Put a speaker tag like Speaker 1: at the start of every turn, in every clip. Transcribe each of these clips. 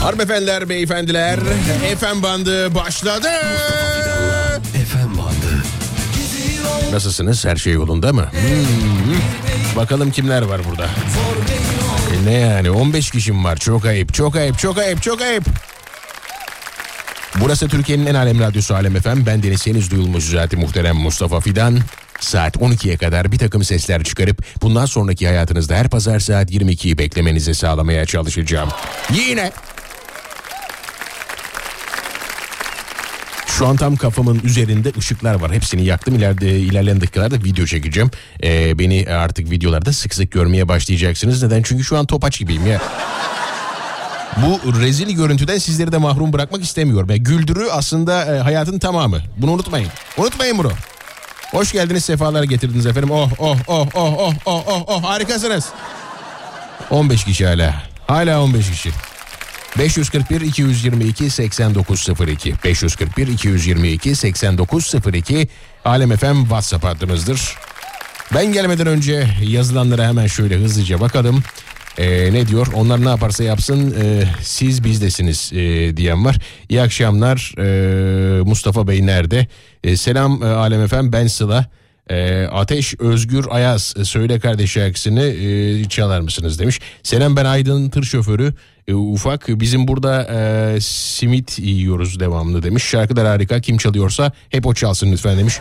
Speaker 1: Hanımefendiler, beyefendiler, FM bandı başladı.
Speaker 2: FM bandı.
Speaker 1: Nasılsınız? Her şey yolunda mı? Bakalım kimler var burada? Ne yani 15 kişim var. Çok ayıp, çok ayıp, çok ayıp, çok ayıp. Burası Türkiye'nin en alem radyosu Alem FM. Ben deniz henüz duyulmuş zaten muhterem Mustafa Fidan. Saat 12'ye kadar bir takım sesler çıkarıp bundan sonraki hayatınızda her pazar saat 22'yi beklemenizi sağlamaya çalışacağım. Yine. Şu an tam kafamın üzerinde ışıklar var. Hepsini yaktım. İlerleyen dakikalarda video çekeceğim. Beni artık videolarda sık sık görmeye başlayacaksınız. Neden? Çünkü şu an topaç gibiyim ya. Bu rezil görüntüden sizleri de mahrum bırakmak istemiyorum. Güldürü aslında hayatın tamamı. Bunu unutmayın. Unutmayın bunu. Hoş geldiniz, sefalar getirdiniz efendim. Oh, harikasınız. 15 kişi hala. Hala 15 kişi. 541 222 8902 541 222 8902 Alem FM WhatsApp hattımızdır. Ben gelmeden önce yazılanlara hemen şöyle hızlıca bakalım. Ne diyor? Onlar ne yaparsa yapsın siz bizdesiniz diyen var. İyi akşamlar. Mustafa Bey nerede? Selam Alem FM, ben Sıla. Ateş Özgür Ayaz söyle kardeş şarkısını çalar mısınız demiş. Selam, ben Aydın tır şoförü. Ufak bizim burada simit yiyoruz devamlı demiş. Şarkılar harika, kim çalıyorsa hep o çalsın lütfen demiş.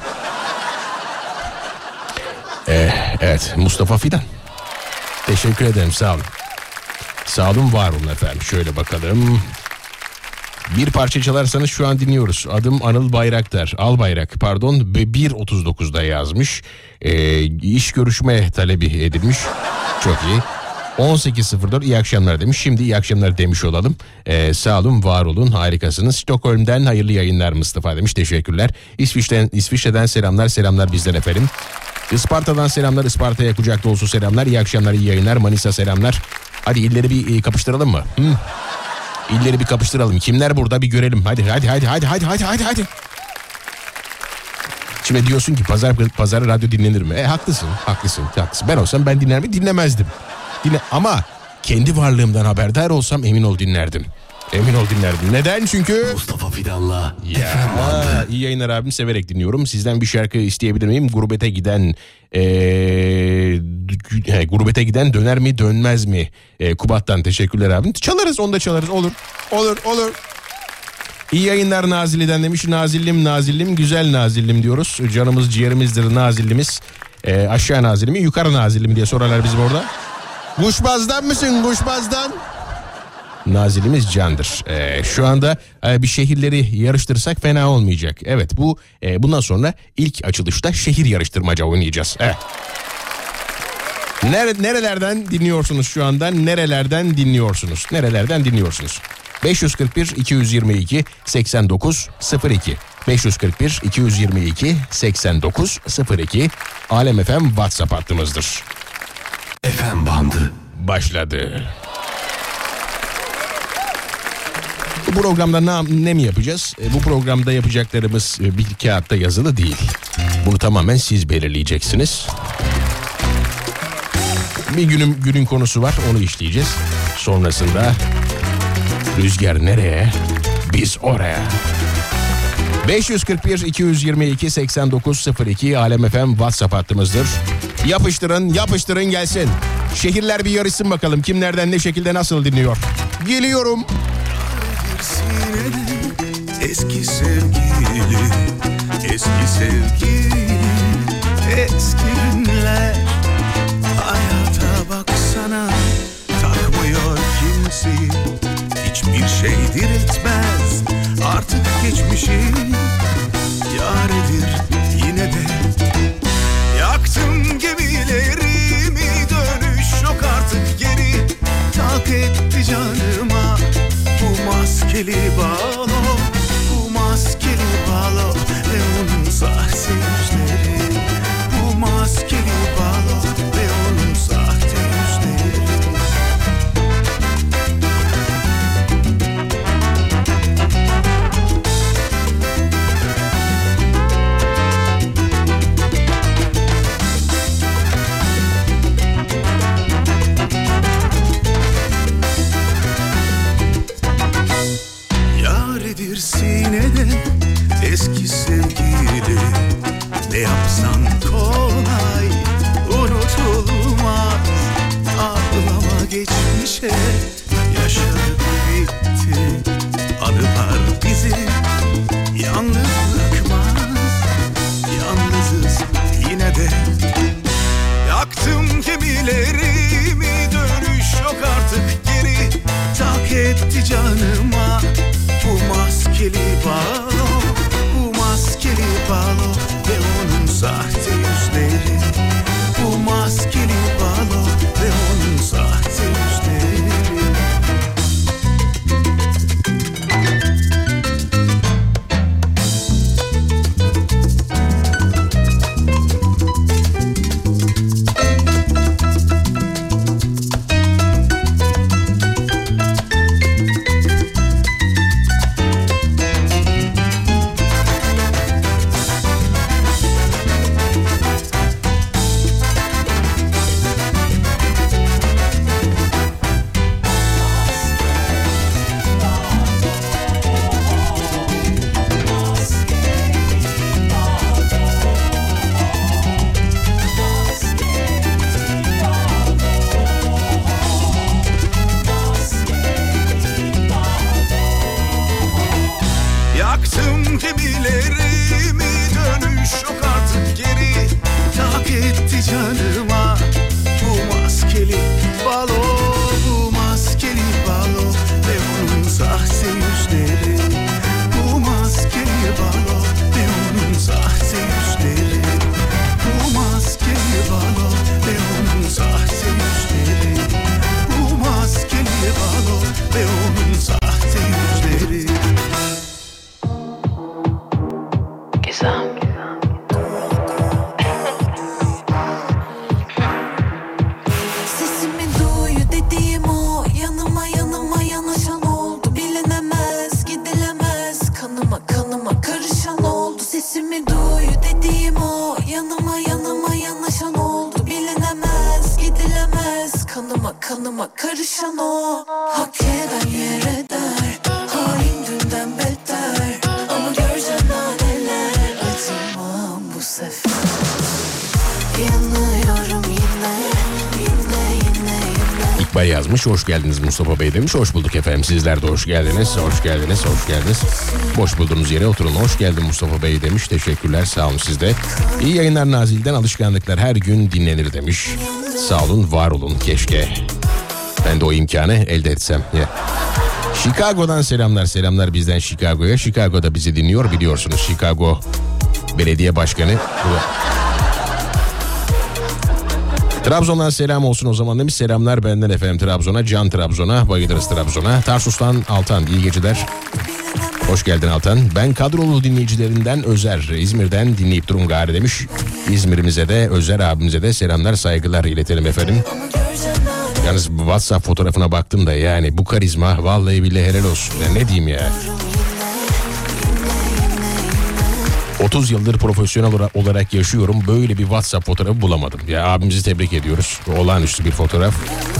Speaker 1: Evet, Mustafa Fidan. Teşekkür ederim, sağ olun. Sağ olun, var olun efendim. Şöyle bakalım. Bir parça çalarsanız şu an dinliyoruz. Adım Anıl Bayraktar. Albayrak pardon, 1.39'da yazmış. İş görüşme talebi edilmiş. Çok iyi. 18.04 iyi akşamlar demiş. Şimdi iyi akşamlar demiş olalım. Sağ olun, var olun, harikasınız. Stockholm'den hayırlı yayınlar Mustafa demiş. Teşekkürler. İsviçre'den selamlar bizden efendim. Isparta'dan selamlar, Isparta'ya kucak dolusu selamlar. İyi akşamlar, iyi yayınlar. Manisa selamlar. Hadi illeri bir kapıştıralım mı? İlleri bir kapıştıralım. Kimler burada bir görelim. Hadi. Şimdi diyorsun ki pazar radyo dinlenir mi? Haklısın. Ben olsam ben dinler mi? Dinlemezdim. Ama kendi varlığımdan haberdar olsam emin ol dinlerdim. Neden? Çünkü
Speaker 2: Mustafa Fidan'la
Speaker 1: iyi yayınlar abim, severek dinliyorum. Sizden bir şarkı isteyebilir miyim? Gurbete giden döner mi dönmez mi? Kubat'tan teşekkürler abim. Çalarız, onu da çalarız. Olur. İyi yayınlar Nazilli'den demiş. Nazillim güzel Nazillim diyoruz. Canımız ciğerimizdir Nazillimiz. Aşağı Nazilli mi yukarı Nazilli mi diye sorarlar bizim orada. Kuşbaz'dan mısın? Kuşbaz'dan. Nazilimiz candır. Şu anda bir şehirleri yarıştırsak fena olmayacak. Evet, bundan sonra ilk açılışta şehir yarıştırmaca oynayacağız. Nerelerden dinliyorsunuz şu anda? Nerelerden dinliyorsunuz? 541 222 8902 541 222 8902 Alem FM WhatsApp hattımızdır.
Speaker 2: FM bandı
Speaker 1: başladı. Bu programda ne mi yapacağız? Bu programda yapacaklarımız bir kağıtta yazılı değil. Bunu tamamen siz belirleyeceksiniz. Bir günün konusu var, onu işleyeceğiz. Sonrasında rüzgar nereye? Biz oraya. 541 222 8902 Alem FM WhatsApp hattımızdır. Yapıştırın gelsin. Şehirler bir yarışsın bakalım. Kim nereden ne şekilde nasıl dinliyor. Geliyorum.
Speaker 3: Eski sevgili, eski günler. Hayata baksana, takmıyor kimseyi. Hiçbir şey diriltmez artık geçmişi. Yaredir yine de. Yaktım gemilerimi, dönüş yok artık geri. Tak etti canıma bu maskeli balo, ve onun sahte yüzleri. Bu maskeli balo ve onun sahte yüzleri. etti canıma. Bu maskeli balo, bu maskeli balo ve onun sahte yüzleri. Bu maskeli balo ve onun sahte yüzleri.
Speaker 4: Kanıma karışan o hak eden yer eder. Hain dünden beter. Ama göreceğim neler. Acımam bu sefer. Yanıyorum yine.
Speaker 1: İkbal yazmış, hoş geldiniz Mustafa Bey demiş. Hoş bulduk efendim, sizler de hoş geldiniz. Hoş geldiniz. Boş bulduğunuz yere oturun. Hoş geldin Mustafa Bey demiş. Teşekkürler, sağ olun siz de. İyi yayınlar Nazil'den, alışkanlıklar her gün dinlenir demiş. Sağ olun, var olun, keşke ben de o imkanı elde etsem. Chicago'dan selamlar bizden Chicago'ya. Chicago'da bizi dinliyor, biliyorsunuz. Chicago Belediye Başkanı. Trabzon'dan selam olsun o zaman demiş. Selamlar benden efendim Trabzon'a. Can Trabzon'a, bayılırız Trabzon'a. Tarsus'tan Altan, iyi geceler. Hoş geldin Altan. Ben kadrolu dinleyicilerinden Özer. İzmir'den dinleyip durum gari demiş. İzmir'imize de Özer abimize de selamlar, saygılar iletelim efendim. Yalnız WhatsApp fotoğrafına baktım da yani bu karizma vallahi billahi helal olsun. Ya ne diyeyim ya. 30 yıldır profesyonel olarak yaşıyorum. Böyle bir WhatsApp fotoğrafı bulamadım. Ya abimizi tebrik ediyoruz. Olağanüstü bir fotoğraf.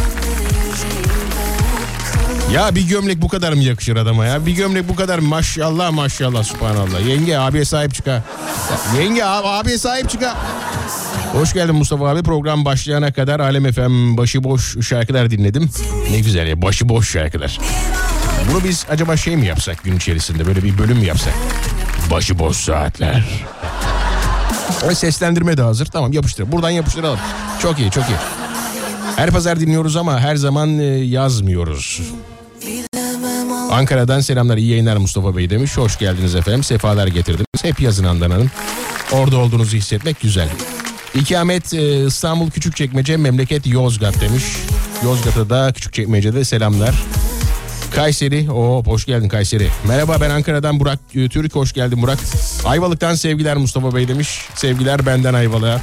Speaker 1: Ya bir gömlek bu kadar mı yakışır adama ya? Bir gömlek bu kadar mı? Maşallah maşallah, subhanallah. Yenge abiye sahip çıka. Yenge abiye sahip çıka. Hoş geldin Mustafa abi. Program başlayana kadar Alem FM başıboş şarkılar dinledim. Ne güzel ya, başıboş şarkılar. Bunu biz acaba şey mi yapsak gün içerisinde, böyle bir bölüm mü yapsak? Başıboş saatler. O seslendirme de hazır. Tamam, yapıştır. Buradan yapıştıralım. Çok iyi, çok iyi. Her pazar dinliyoruz ama her zaman yazmıyoruz. Ankara'dan selamlar, iyi yayınlar Mustafa Bey demiş. Hoş geldiniz efendim. Sefalar getirdiniz. Hep yazın Handan Hanım. Orada olduğunuzu hissetmek güzel. İkamet İstanbul Küçükçekmece, memleket Yozgat demiş. Yozgat'a da Küçükçekmece'de selamlar. Kayseri, hoş geldin Kayseri. Merhaba, ben Ankara'dan Burak Türk, hoş geldin Burak. Ayvalık'tan sevgiler Mustafa Bey demiş. Sevgiler benden Ayvalık'a.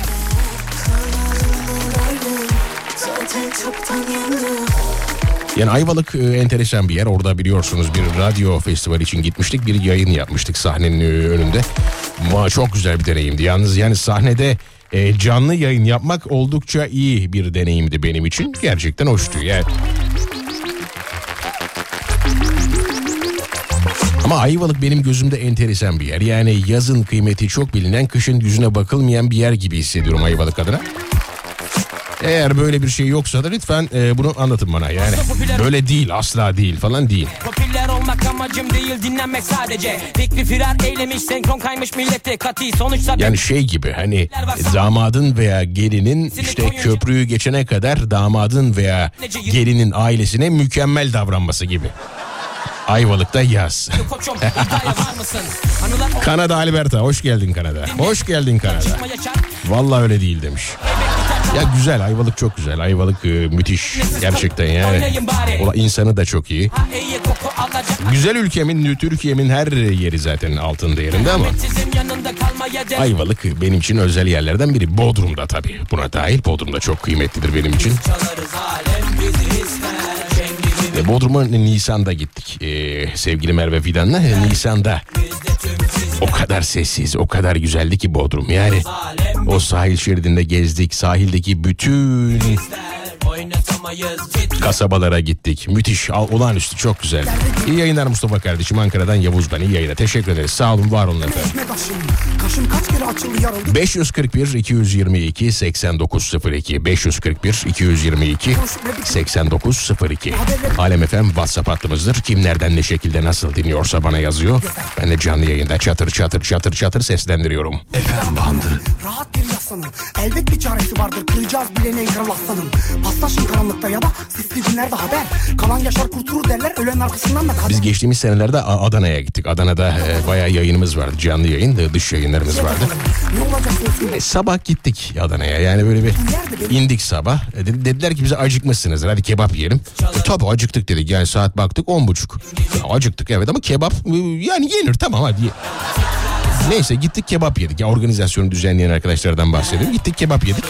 Speaker 1: Yani Ayvalık enteresan bir yer. Orada biliyorsunuz bir radyo festivali için gitmiştik. Bir yayın yapmıştık sahnenin önünde. Çok güzel bir deneyimdi. Yalnız yani sahnede canlı yayın yapmak oldukça iyi bir deneyimdi benim için. Gerçekten hoştu yani. Ama Ayvalık benim gözümde enteresan bir yer. Yani yazın kıymeti çok bilinen, kışın yüzüne bakılmayan bir yer gibi hissediyorum Ayvalık adına. Eğer böyle bir şey yoksa da lütfen bunu anlatın bana yani. Böyle değil, asla değil falan değil.
Speaker 5: Konuşmak amacım değil, dinlenmek sadece. Fikri firar eylemiş, senkron kaymış millete kati. Sonuçta
Speaker 1: yani şey gibi hani damadın veya gelinin işte köprüyü geçene kadar damadın veya gelinin ailesine mükemmel davranması gibi. Ayvalık'ta yaz. Kanada Alberta, hoş geldin Kanada. Hoş geldin Kanada. Vallahi öyle değil demiş. Ya güzel, Ayvalık çok güzel. Ayvalık müthiş gerçekten yani. O insanı da çok iyi. Güzel ülkemin, Türkiye'min her yeri zaten altın değerinde ama Ayvalık benim için özel yerlerden biri. Bodrum'da tabii. Buna dahil. Bodrum'da çok kıymetlidir benim için. Bodrum'a Nisan'da gittik. Sevgili Merve Fidan'la Nisan'da. O kadar sessiz, o kadar güzeldi ki Bodrum. Yani o sahil şeridinde gezdik. Sahildeki bütün kasabalara gittik. Müthiş, olağanüstü, çok güzel. İyi yayınlar Mustafa kardeşim. Ankara'dan Yavuz ben. İyi yayınlar. Teşekkür ederiz. Sağ olun, var olun efendim. 541 222 8902 541 222 8902 Alem FM WhatsApp hattımızdır. Kim nereden ne şekilde nasıl dinliyorsa bana yazıyor. Ben de canlı yayında çatır çatır çatır çatır seslendiriyorum.
Speaker 2: FM bandı.
Speaker 6: Rahat bir yaslanın. Elbet bir çaresi vardır. Kıracağız bileneğin kral aslanım. Paslaşın karanlıkta ya da sisli günlerde haber. Kalan yaşar kurtulur derler. Ölen arkasından da kader.
Speaker 1: Biz geçtiğimiz senelerde Adana'ya gittik. Adana'da bayağı yayınımız vardı. Canlı yayın, dış yayınlarımız vardı. Sabah gittik Adana'ya. Yani böyle bir indik sabah. Dediler ki bize acıkmışsınızdır. Hadi kebap yiyelim. Tabii acıktık dedik. Yani saat baktık 10.30. Acıktık evet ama kebap yani yenir, tamam hadi ye. Neyse gittik kebap yedik. Ya organizasyonu düzenleyen arkadaşlardan bahsediyorum. Gittik kebap yedik.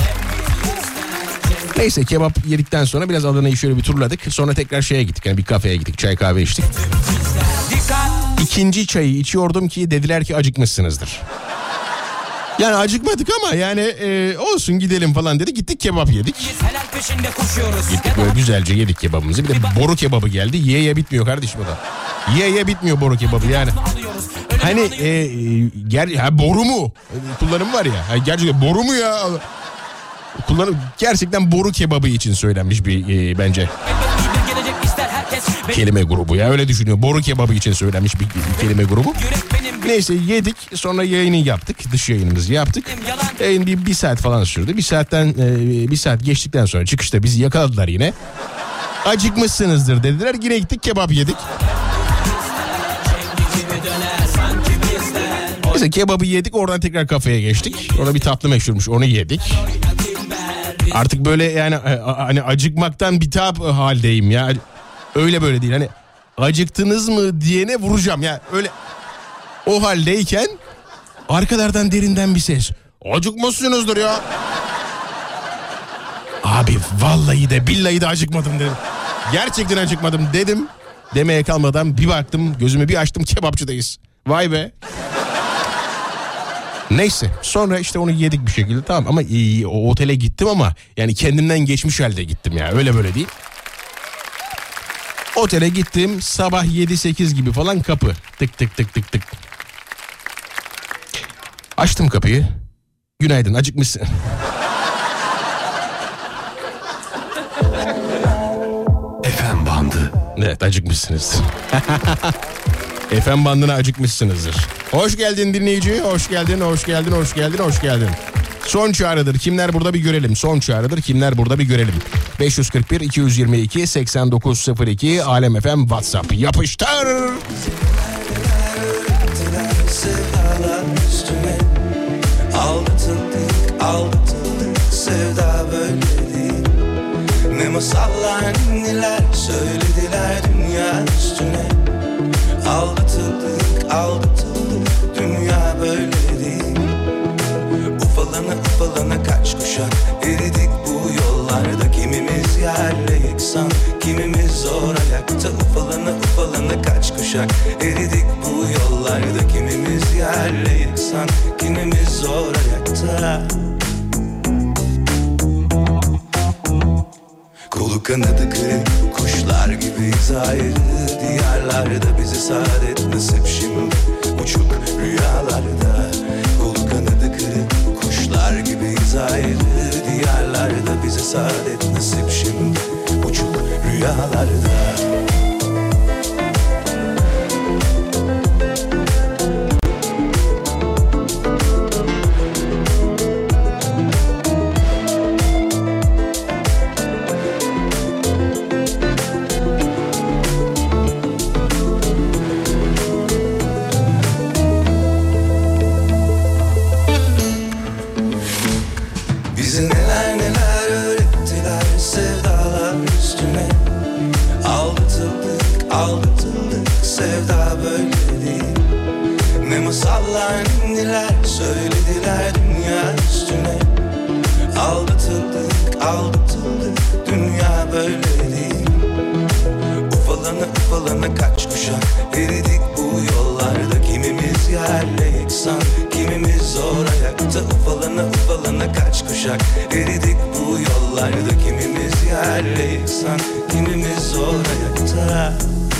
Speaker 1: Neyse kebap yedikten sonra biraz Adana'yı şöyle bir turladık. Sonra tekrar şeye gittik. Yani bir kafeye gittik. Çay kahve içtik. İkinci çayı içiyordum ki dediler ki acıkmışsınızdır. Yani acıkmadık ama yani olsun gidelim falan dedi. Gittik kebap yedik. Gittik böyle güzelce yedik kebabımızı. Bir de boru kebabı geldi. Ye bitmiyor kardeşim o da. Ye bitmiyor boru kebabı yani. Hani boru mu? Kullanım var ya. Gerçekten boru mu ya? Kullanım gerçekten boru kebabı için söylenmiş bir bence kelime grubu ya, öyle düşünüyor. Boru kebabı için söylenmiş bir kelime grubu. Neyse yedik, sonra yayını yaptık, dış yayınımızı yaptık. Yayın bir saat falan sürdü. Bir saat geçtikten sonra çıkışta bizi yakaladılar yine. Acıkmışsınızdır dediler, yine gittik kebap yedik. Neyse kebabı yedik, oradan tekrar kafeye geçtik. Orada bir tatlı meşhurmuş, onu yedik. Artık böyle yani hani acıkmaktan bitap haldeyim ya. Öyle böyle değil, hani acıktınız mı diyene vuracağım ya, öyle o haldeyken arkalardan derinden bir ses. Acıkmışsınızdır ya. Abi vallahi de billahi de acıkmadım dedim. Gerçekten acıkmadım dedim. Demeye kalmadan bir baktım, gözümü bir açtım, kebapçıdayız. Vay be. Neyse sonra işte onu yedik bir şekilde, tamam ama o otele gittim ama yani kendimden geçmiş halde gittim ya, öyle böyle değil. Otele gittim sabah 7-8 gibi falan, kapı tık tık tık tık tık. Açtım kapıyı. Günaydın, acıkmışsın.
Speaker 2: FM bandı.
Speaker 1: Evet, acıkmışsınız. FM bandına acıkmışsınızdır. Hoş geldin dinleyici. Hoş geldin, hoş geldin, hoş geldin, hoş geldin. Son çağrıdır. Kimler burada bir görelim. Son çağrıdır. Kimler burada bir görelim. 541 222 8902 Alem FM WhatsApp. Yapıştır.
Speaker 7: Aldatıldık sevda böyle değil. Ne masallar neler söylediler dünya üstüne. Aldatıldık dünya böyle değil. Ufalana kaç kuşak eridik bu yollarda. Kimimiz yerle yeksan, kimimiz zor ayakta. Ufalana kaç kuşak eridik bu yollarda. Kimimiz yerle yeksan, kimimiz zor ayakta. Kolu kanadı kırık kuşlar gibiyiz ayrı. Diyarlarda bize saadet nasip şimdi, uçuk rüyalarda. Kolu kanadı kırık kuşlar gibiyiz ayrı. Diyarlarda bize saadet nasip şimdi, uçuk rüyalarda. Aldatıldık, sevda böyle değil. Ne masallar, neler söylediler dünya üstüne. Aldatıldık, aldatıldık, dünya böyle değil. Ufalana ufalana kaç kuşak eridik bu yollarda. Kimimiz yerle yeksan, kimimiz zor ayakta. Ufalana ufalana kaç kuşak eridik bu yollarda. Kimimiz yerle yeksan, kimimiz zor ayakta.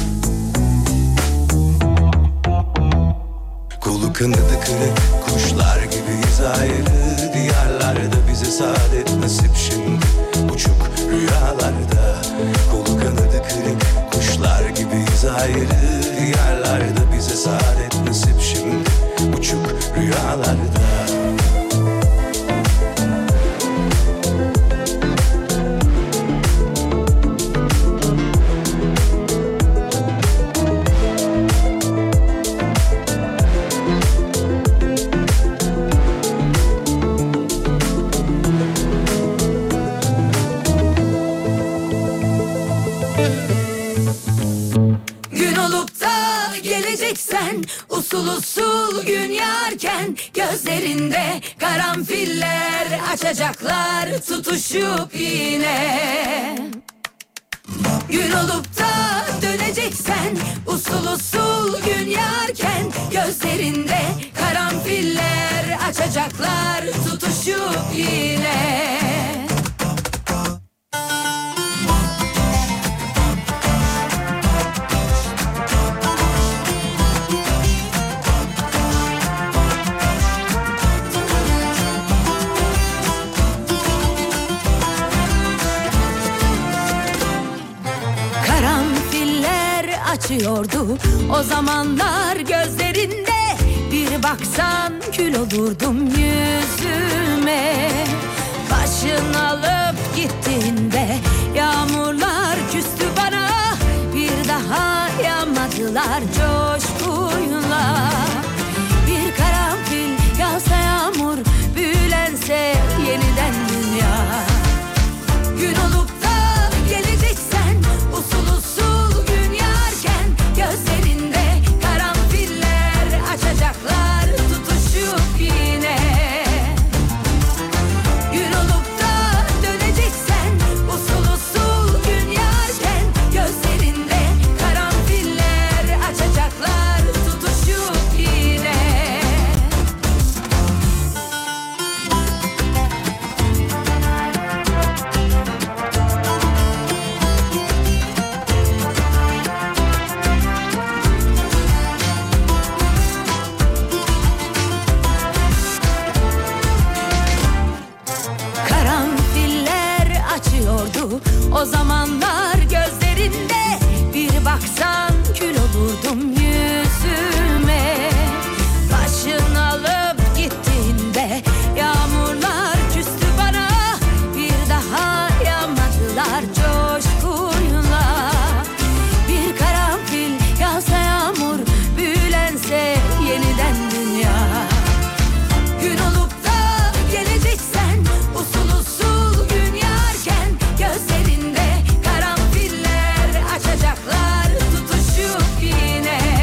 Speaker 7: Kolu kanadı kırık kuşlar gibiyiz ayrı diyarlarda. Bize saadet nasip şimdi uçuk rüyalarda. Kolu kanadı kırık kuşlar gibiyiz ayrı diyarlarda. Bize saadet nasip şimdi uçuk rüyalarda.
Speaker 4: Usul usul gün yarken gözlerinde karanfiller açacaklar tutuşup yine. Gün olup da döneceksen usul usul gün yarken gözlerinde karanfiller açacaklar tutuşup yine. Açıyordu o zamanlar gözlerinde. Bir baksan kül olurdum yüzüme. Başın alıp gittiğinde yağmurlar küstü bana. Bir daha yağmadılar coşkuyla. Bir karanfil yağsa yağmur, büyülense yeniden dünya. Gün olup da geleceksen usul usul gün yarken gözlerinde karanfiller açacaklar tutuşup yine. Gün olup da döneceksen usul usul gün yarken gözlerinde karanfiller açacaklar tutuşup yine. O zamanlar gözlerinde bir baksan kül olurdum yüzüme. Başın alıp gittiğinde yağmurlar küstü bana. Bir daha yağmadılar coşkuyla. Bir karanfil yağsa yağmur, büyülense yeniden dünya. Gün olup da geleceksen usul usul gün yarken gözlerinde karanfiller açacaklar tutuşup yine.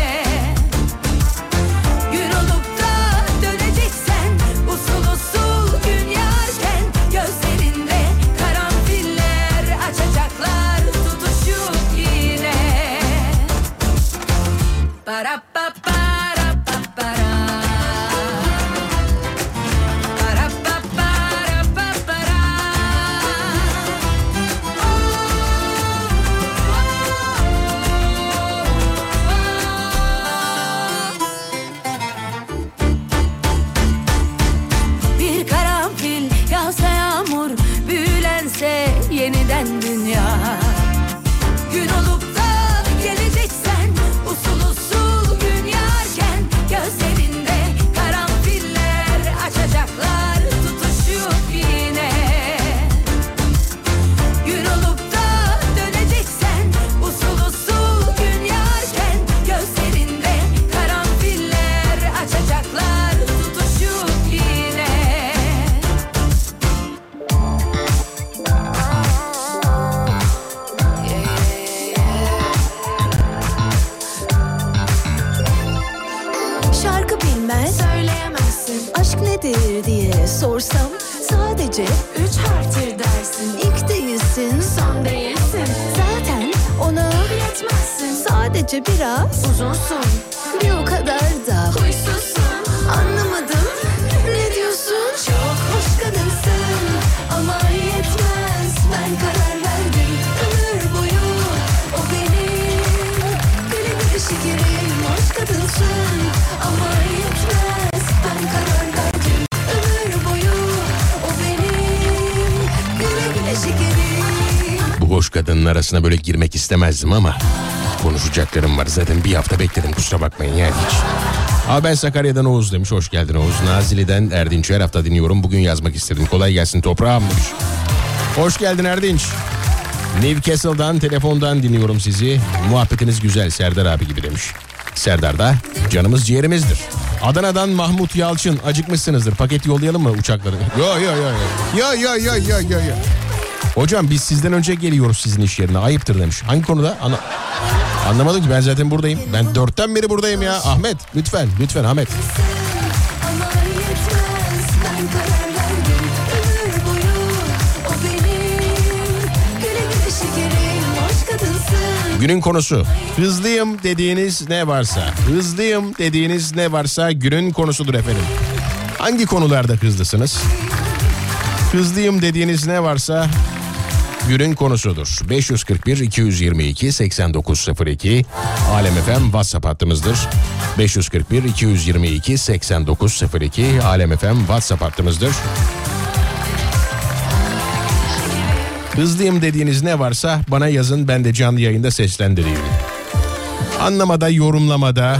Speaker 4: nedir diye sorsam sadece 3 harftir dersin. İlk değilsin, son değilsin. Zaten ona yetmezsin. Sadece biraz uzunsun, bir o kadar da huysuzsun. Anlamadım, ne diyorsun? Çok hoş kadınsın ama yetmez. Ben karar verdim ömür boyu o benim. Güle güle şekerim, hoş kadınsın ama yetmez. Ben karar verdim ömür boyu o benim. Güle güle şekerim.
Speaker 1: Bu hoş kadının arasına böyle girmek istemezdim ama konuşacaklarım var. Zaten bir hafta bekledim, kusura bakmayın yani hiç. Abi ben Sakarya'dan Oğuz demiş. Hoş geldin Oğuz. Nazilli'den Erdinç, her hafta dinliyorum. Bugün yazmak istedim. Kolay gelsin toprağım demiş. Hoş geldin Erdinç. Newcastle'dan telefondan dinliyorum sizi. Muhabbetiniz güzel Serdar abi gibi demiş. Serdar da canımız ciğerimizdir. Adana'dan Mahmut Yalçın, acıkmışsınızdır. Paket yollayalım mı uçakları? Yo. Hocam biz sizden önce geliyoruz sizin iş yerine. Ayıptır demiş. Hangi konuda? Anlamadım ki, ben zaten buradayım. Ben 4'ten beri buradayım ya. Ahmet lütfen Ahmet.
Speaker 4: Ama yetmez. Ben karar verdim ömür boyu o benim. Güle güle şekerim, hoş kadınsın.
Speaker 1: Günün konusu. Hızlıyım dediğiniz ne varsa. Hızlıyım dediğiniz ne varsa günün konusudur efendim. Hangi konularda hızlısınız? Hızlıyım dediğiniz ne varsa günün konusudur. 541-222-8902 Alem FM WhatsApp hattımızdır. 541-222-8902 Alem FM WhatsApp hattımızdır. Hızlıyım dediğiniz ne varsa bana yazın, ben de canlı yayında seslendireyim. Anlamada, yorumlamada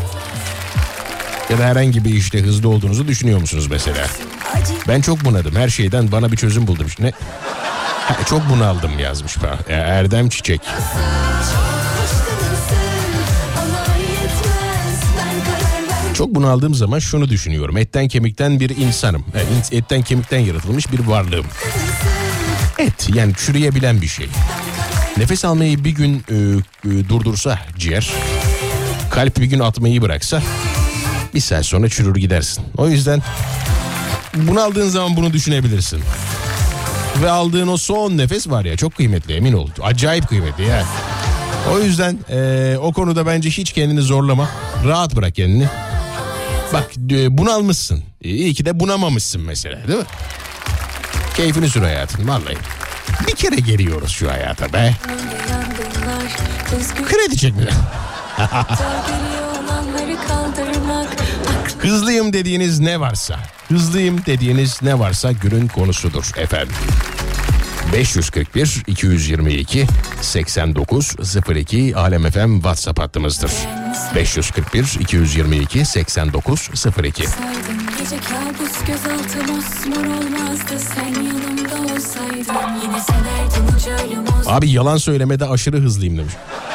Speaker 1: ya da herhangi bir işte hızlı olduğunuzu düşünüyor musunuz mesela? Ben çok bunadım, her şeyden bana bir çözüm buldum. Ne? Çok bunaldım yazmış Erdem Çiçek. Çok bunaldığım zaman şunu düşünüyorum. Etten kemikten bir insanım. Etten kemikten yaratılmış bir varlığım. Et yani çürüyebilen bir şey. Nefes almayı bir gün durdursa ciğer, kalp bir gün atmayı bıraksa bir saat sonra çürür gidersin. O yüzden bunaldığın zaman bunu düşünebilirsin. Ve aldığın o son nefes var ya, çok kıymetli, emin ol. Acayip kıymetli ya. O yüzden o konuda bence hiç kendini zorlama. Rahat bırak kendini. Bak bunalmışsın. İyi ki de bunamamışsın mesela, değil mi? Keyfini sür hayatım vallahi. Bir kere geliyoruz şu hayata be. Kredi çekmiyor. Hızlıyım dediğiniz ne varsa. Hızlıyım dediğiniz ne varsa günün konusudur efendim. 541-222-8902 Alem FM WhatsApp hattımızdır. 541-222-8902.
Speaker 4: Gece kabus gözaltı mosmor olmazdı sen yanımda olsaydın. Yine sen erdin ucu ölüm olsun.
Speaker 1: Abi yalan söylemede aşırı hızlıyım demiş.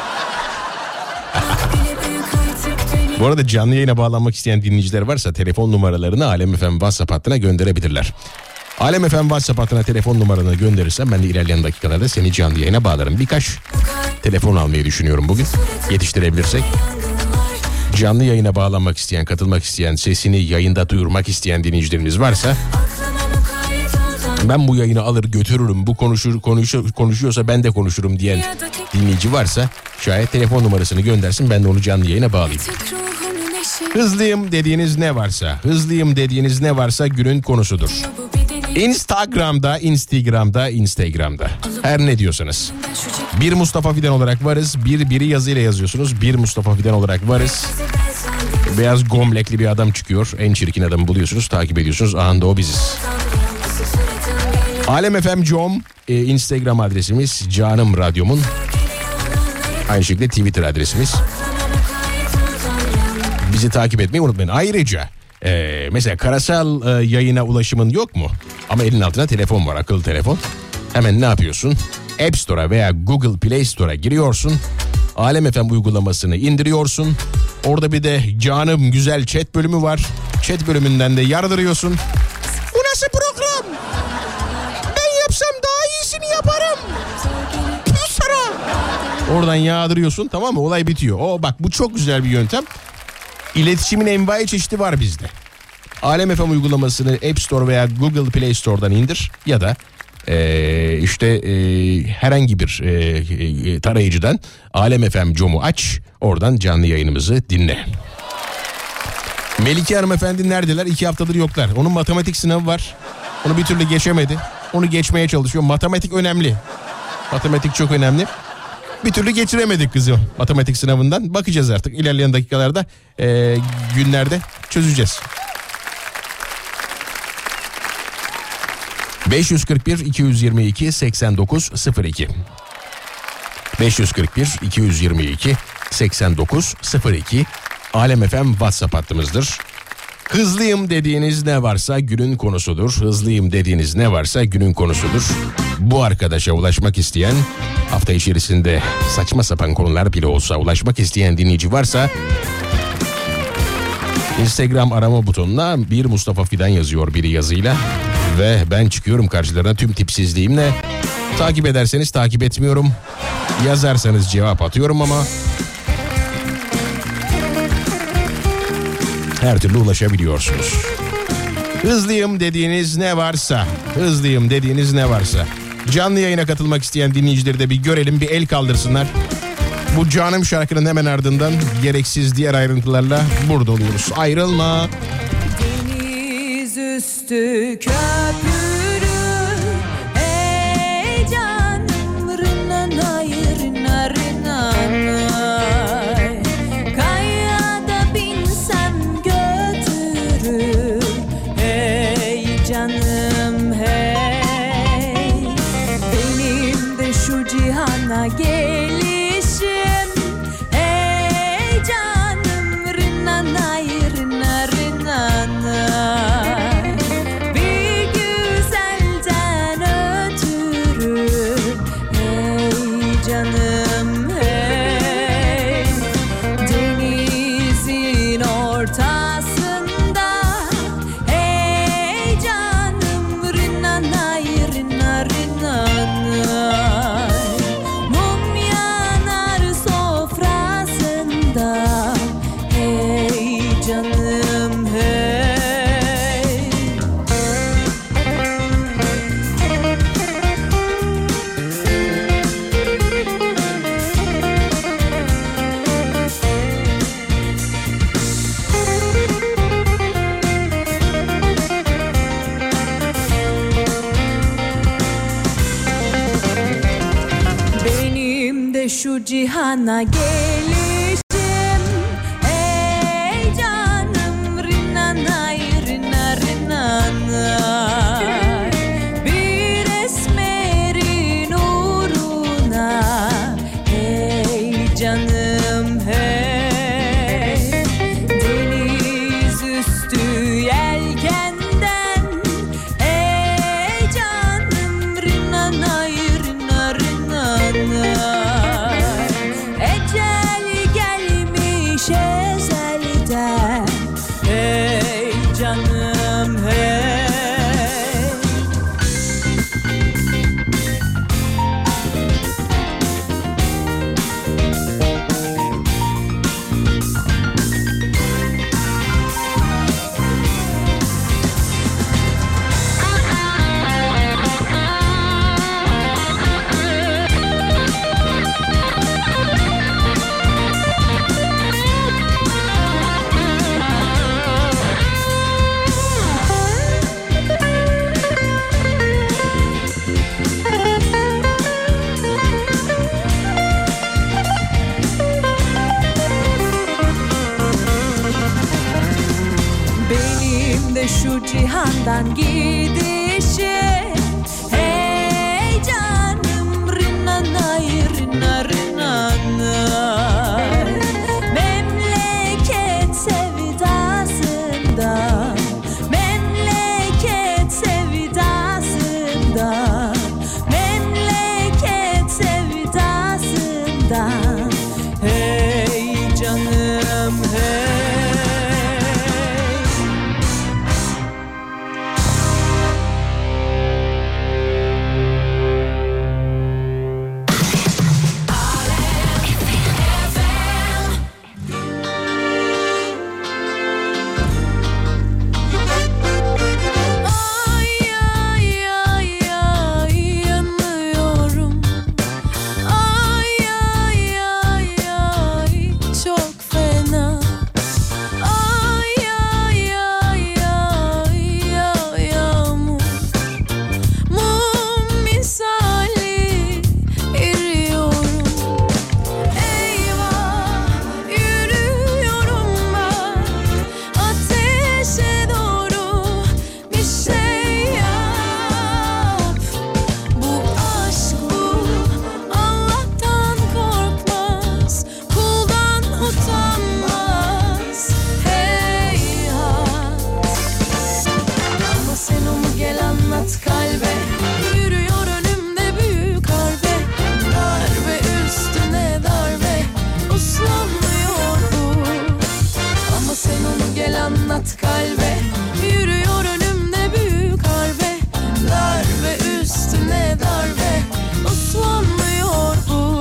Speaker 1: Bu arada canlı yayına bağlanmak isteyen dinleyiciler varsa telefon numaralarını Alem FM WhatsApp hattına gönderebilirler. Alem FM WhatsApp hattına telefon numaranı gönderirsen ben de ilerleyen dakikalarda seni canlı yayına bağlarım. Birkaç telefon almayı düşünüyorum bugün, yetiştirebilirsek. Canlı yayına bağlanmak isteyen, katılmak isteyen, sesini yayında duyurmak isteyen dinleyicilerimiz varsa ben bu yayını alır götürürüm, bu konuşuyorsa ben de konuşurum diyen dinleyici varsa şayet telefon numarasını göndersin, ben de onu canlı yayına bağlayayım. Hızlıyım dediğiniz ne varsa, hızlıyım dediğiniz ne varsa günün konusudur. Instagram'da her ne diyorsanız. Bir Mustafa Fidan olarak varız. Biri yazıyla yazıyorsunuz. Bir Mustafa Fidan olarak varız. Beyaz gömlekli bir adam çıkıyor. En çirkin adamı buluyorsunuz, takip ediyorsunuz. Anında o biziz. Alem FM.com Instagram adresimiz. Canım Radyom'un aynı şekilde Twitter adresimiz. Bizi takip etmeyi unutmayın. Ayrıca mesela karasal yayına ulaşımın yok mu? Ama elin altına telefon var, akıllı telefon. Hemen ne yapıyorsun? App Store'a veya Google Play Store'a giriyorsun. Alem FM uygulamasını indiriyorsun. Orada bir de canım güzel chat bölümü var. Chat bölümünden de yardırıyorsun. Bu nasıl program? Ben yapsam daha iyisini yaparım. Sana. Oradan yağdırıyorsun, tamam mı? Olay bitiyor. Bak bu çok güzel bir yöntem. İletişimin envai çeşidi var bizde. Alem FM uygulamasını App Store veya Google Play Store'dan indir ya da herhangi bir tarayıcıdan Alem FM Com'u aç, oradan canlı yayınımızı dinle. Melike hanımefendi neredeler? 2 haftadır yoklar. Onun matematik sınavı var. Onu bir türlü geçemedi. Onu geçmeye çalışıyor. Matematik önemli. Matematik çok önemli. Bir türlü geçiremedik kızı matematik sınavından. Bakacağız artık ilerleyen dakikalarda, günlerde çözeceğiz. 541 222 8902 541 222 8902 Alem FM WhatsApp hattımızdır. Hızlıyım dediğiniz ne varsa günün konusudur. Hızlıyım dediğiniz ne varsa günün konusudur. Bu arkadaşa ulaşmak isteyen, hafta içerisinde saçma sapan konular bile olsa ulaşmak isteyen dinleyici varsa Instagram arama butonuna bir Mustafa Fidan yazıyor biri yazıyla ve ben çıkıyorum karşılarına tüm tipsizliğimle. Takip ederseniz takip etmiyorum, yazarsanız cevap atıyorum ama her türlü ulaşabiliyorsunuz. Hızlıyım dediğiniz ne varsa, hızlıyım dediğiniz ne varsa. Canlı yayına katılmak isteyen dinleyicileri de bir görelim, bir el kaldırsınlar. Bu canım şarkının hemen ardından gereksiz diğer ayrıntılarla burada oluyoruz. Ayrılma.
Speaker 4: Deniz üstü köprü, ey canım rınanay rınarınanay. Kayada binsem götürür, hey canım hey. Benim de şu cihana gelişim, hey canım rınanay rınarınanay. Bir güzelden ötürü, hey canım hey. Denizin ortasında, hey canım rınanay rınarınanay. Mum yanar sofrasında, hey canım hey. Benim de şu cihana gelişim, ey canım rınanay rınarınanay. Bir esmerin uğruna, hey canım hey. Deniz üstü yelkenden, ey canım rınanay rınarınanay. Ecel gelmiş ezelden, hey canım hey. Benim de şu cihandan gidişim, hey canım rınanay rınarınanay. Memleket sevdasında, memleket sevdasında, memleket sevdasında, hey canım hey.
Speaker 8: anlat kalbe. Yürüyor önümde büyük harbe, darbe üstüne darbe, uslanmıyor bu.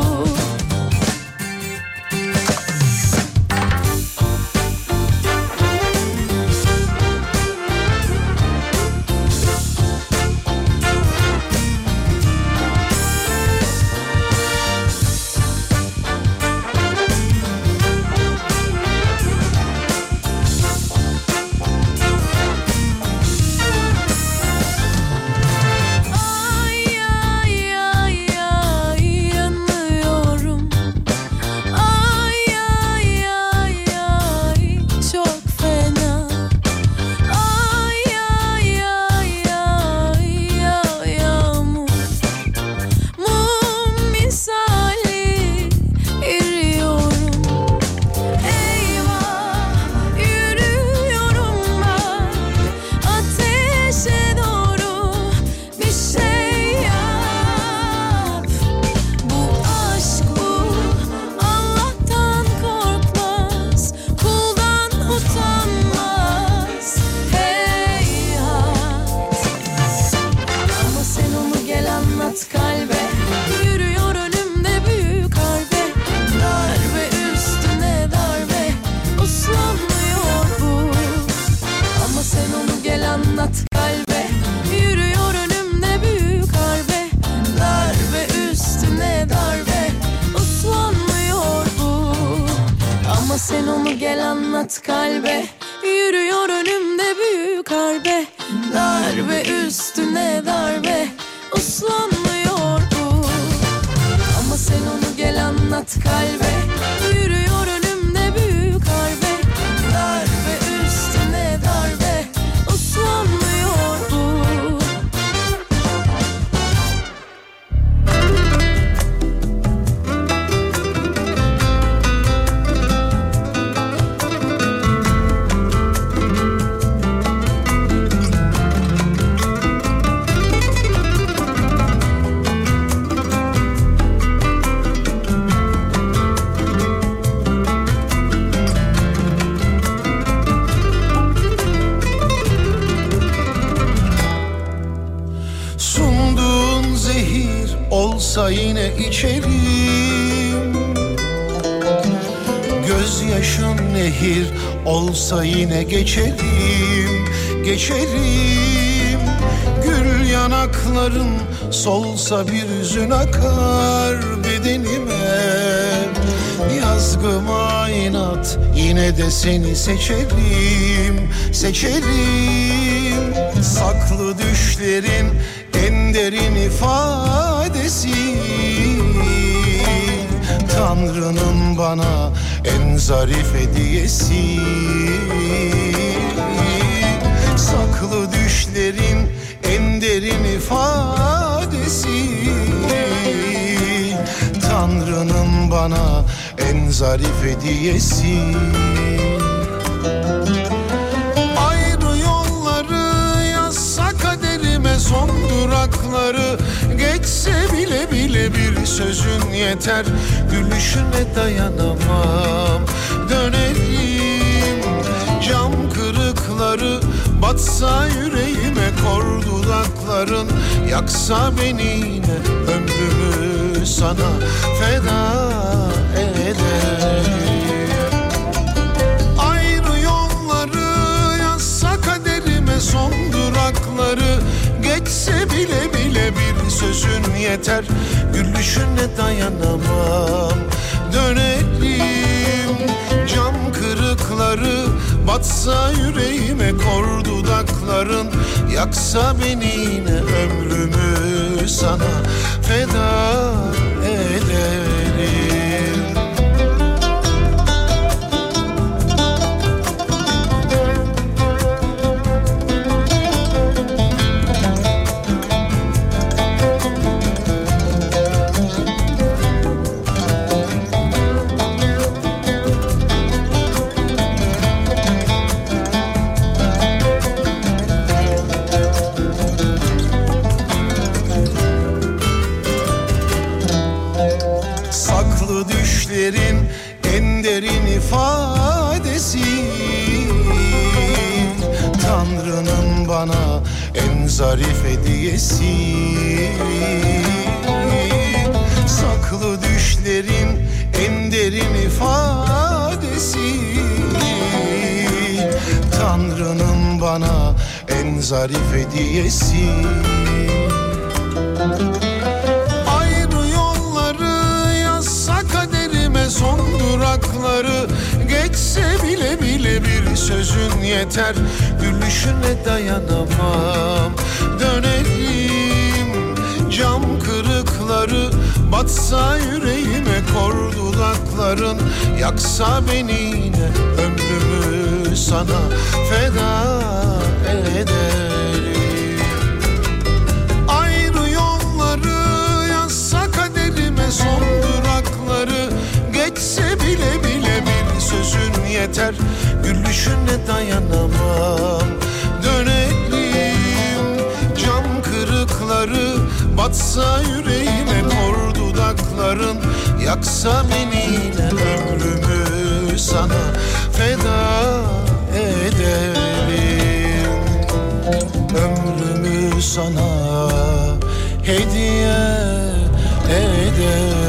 Speaker 8: Sen onu gel anlat kalbe. Yürüyor önümde büyük harbe, darbe üstüne darbe, uslanmıyor bu. Ama sen onu gel anlat kalbe. Yürüyor önümde büyük harbe, darbe üstüne darbe, uslanmıyor bu.
Speaker 3: Olsa yine içerim, gözyaşın nehir olsa yine geçerim, geçerim. Gül yanakların solsa bir hüzün akar bedenime. Yazgıma inat yine de seni seçerim, seçerim. Saklı düşlerin en derin ifadesi, Tanrı'nın bana en zarif hediyesi. Saklı düşlerin en derin ifadesi, Tanrı'nın bana en zarif hediyesi. Son durakları geçse bile bile bir sözün yeter. Gülüşüne dayanamam, dönerim. Cam kırıkları batsa yüreğime, kor dudakların yaksa beni yine, ömrümü sana feda ederim. Ayrı yolları yazsa kaderime, son durakları geçse bile bile bir sözün yeter. Gülüşüne dayanamam, dönerim. Cam kırıkları batsa yüreğime, kor dudakların yaksa beni yine, ömrümü sana feda ederim. En derin ifadesi, Tanrı'nın bana en zarif hediyesi. Saklı düşlerin en derin ifadesi. Tanrı'nın bana en zarif hediyesi. Ayrı yolları yazsa kaderime, son durakları geçse bile bile bir sözün yeter. Gülüşüne dayanamam, dönerim. Cam kırıkları batsa yüreğime, kor dudakların yaksa beni yine, ömrümü sana feda ederim. Ayrı yolları yazsa kaderime, son durakları geçse bile bile bir sözün yeter. Gülüşüne dayanamam, dönerim. Cam kırıkları batsa yüreğime, kor dudakların yaksa beni yine, ömrümü sana feda ederim. Ömrümü sana hediye ederim.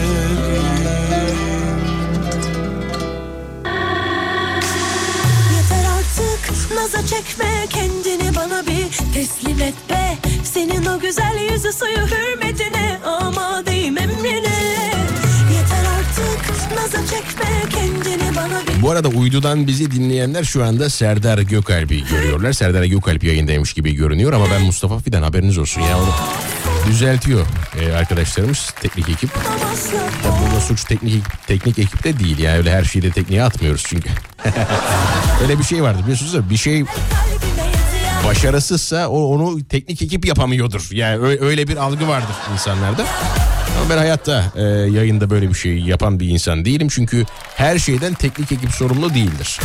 Speaker 8: Yeter artık naza çekme, kendini bana bir teslim et be. Senin o güzel yüzü suyu hürmetine, amadeyim emrine. Yeter artık naza çekme, kendini bana bir...
Speaker 1: Bu arada uydudan bizi dinleyenler şu anda Serdar Gökalp'i görüyorlar. Serdar Gökalp yayındaymış gibi görünüyor ama ben Mustafa Fidan, haberiniz olsun ya, onu düzeltiyor arkadaşlarımız, teknik ekip. Burada suç teknik ekipte değil ya, öyle her şeyi de tekniğe atmıyoruz çünkü. Öyle bir şey vardı biliyorsunuz ya, bir şey başarısızsa onu teknik ekip yapamıyordur. Yani öyle bir algı vardır insanlarda. Ama ben hayatta yayında böyle bir şey yapan bir insan değilim. Çünkü her şeyden teknik ekip sorumlu değildir.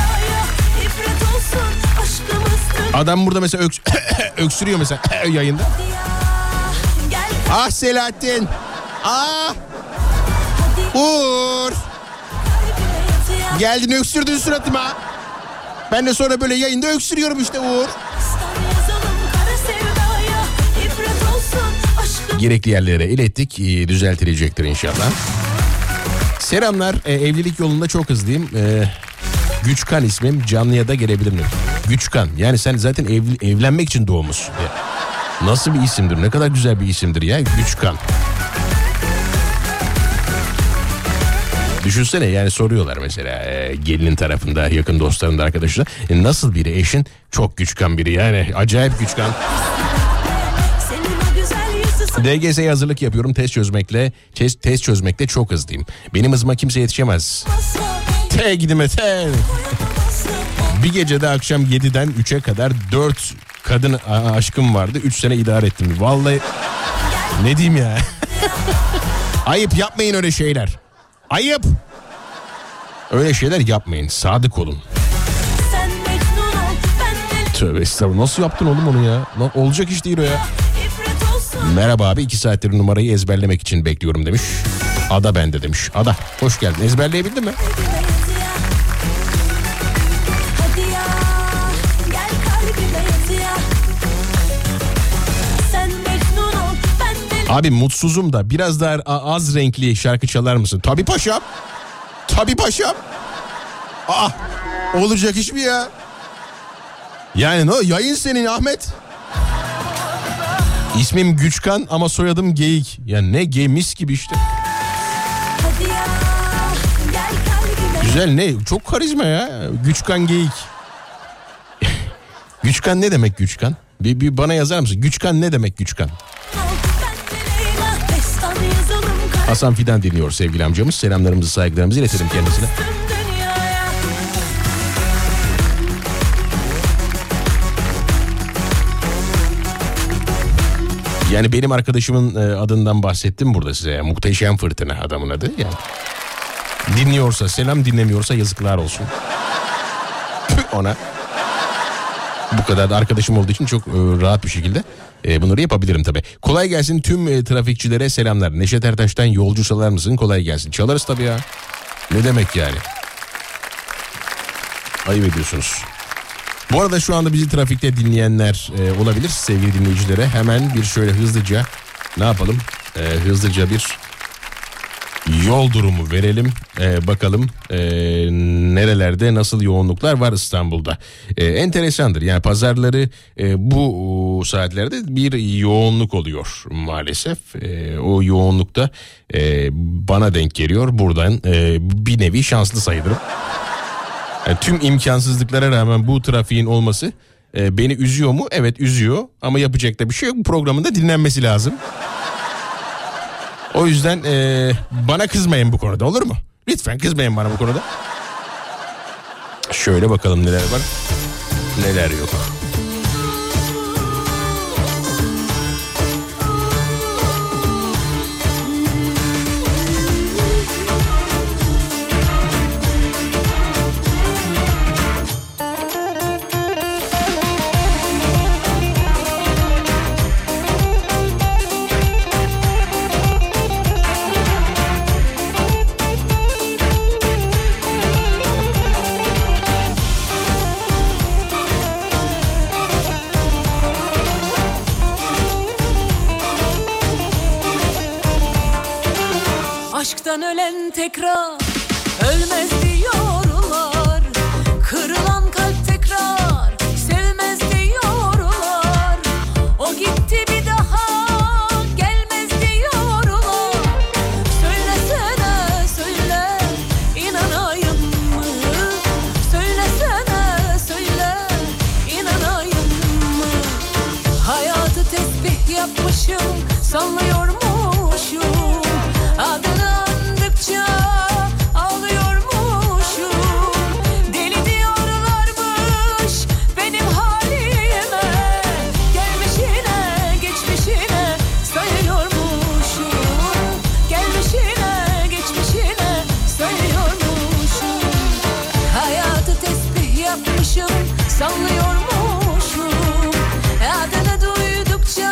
Speaker 1: Adam burada mesela öksürüyor mesela yayında. Ah Selahattin. Ah. Uğur. Geldin öksürdün suratıma. Ben de sonra böyle yayında öksürüyorum işte Uğur. Gerekli yerlere ilettik. Düzeltilecektir inşallah. Selamlar. Evlilik yolunda çok hızlıyım. Güçkan ismim. Canlıya da gelebilir miyim? Güçkan. Yani sen zaten evlenmek için doğmuşsun. Nasıl bir isimdir? Ne kadar güzel bir isimdir ya. Güçkan. Düşünsene, yani soruyorlar mesela gelinin tarafında, yakın dostlarında, arkadaşlar. Nasıl biri eşin? Çok güçkan biri yani. Acayip güçkan. DGS'ye hazırlık yapıyorum. Test çözmekte çok hızlıyım. Benim hızıma kimse yetişemez. Gidime. Bir gecede akşam 7'den 3'e kadar 4 kadın aşkım vardı. 3 sene idare ettim. Vallahi ne diyeyim ya. Ayıp, yapmayın öyle şeyler. Ayıp. Öyle şeyler yapmayın. Sadık olun. Tövbe estağfurullah. Nasıl yaptın oğlum onu ya? Olacak iş değil o ya. Merhaba abi, 2 saattir numarayı ezberlemek için bekliyorum demiş. Ada bende demiş. Ada hoş geldin. Ezberleyebildin mi? Abi mutsuzum da biraz daha az renkli şarkı çalar mısın? Tabii paşam. Tabii paşam. Aa, olacak iş mi ya? Yani yayın senin Ahmet. İsmim Güçkan ama soyadım Geyik. Ya ne mis gibi işte. Güzel, ne? Çok karizma ya. Güçkan Geyik. Güçkan ne demek Güçkan? Bir bana yazar mısın? Güçkan ne demek Güçkan? Hasan Fidan dinliyor sevgili amcamız. Selamlarımızı, saygılarımızı iletelim kendisine. Yani benim arkadaşımın adından bahsettim burada size. Muhteşem Fırtına adamın adı yani. Dinliyorsa selam, dinlemiyorsa yazıklar olsun. Ona. Bu kadar da arkadaşım olduğu için çok rahat bir şekilde bunları yapabilirim tabii. Kolay gelsin tüm trafikçilere selamlar. Neşet Ertaş'tan Yolcu çalar mısın? Kolay gelsin. Çalarız tabii ya. Ne demek yani? Ayıp ediyorsunuz. Bu arada şu anda bizi trafikte dinleyenler olabilir sevgili dinleyicilere. Hemen bir şöyle hızlıca ne yapalım? Hızlıca bir yol durumu verelim. Bakalım nerelerde nasıl yoğunluklar var İstanbul'da. Enteresandır. Yani pazarları bu saatlerde bir yoğunluk oluyor maalesef. O yoğunlukta bana denk geliyor. Buradan bir nevi şanslı sayılırım. Tüm imkansızlıklara rağmen bu trafiğin olması beni üzüyor mu? Evet üzüyor ama yapacak da bir şey yok. Bu programın da dinlenmesi lazım. O yüzden bana kızmayın bu konuda, olur mu? Lütfen kızmayın bana bu konuda. Şöyle bakalım neler var, neler yok.
Speaker 8: Aşktan ölen tekrar ölmez diyorlar. Kırılan kalp tekrar sevmez diyorlar. O gitti bir daha gelmez diyorlar. Söylesene söyle inanayım mı? Söylesene söyle inanayım mı? Hayatı tesbih yapmışım sallıyormuşum. Adını andıkça ağlıyormuşum. Deli diyorlarmış benim halime. Gelmişine geçmişine sayıyormuşum. Gelmişine geçmişine sayıyormuşum. Hayatı tesbih yapmışım sallıyormuşum. Adını duydukça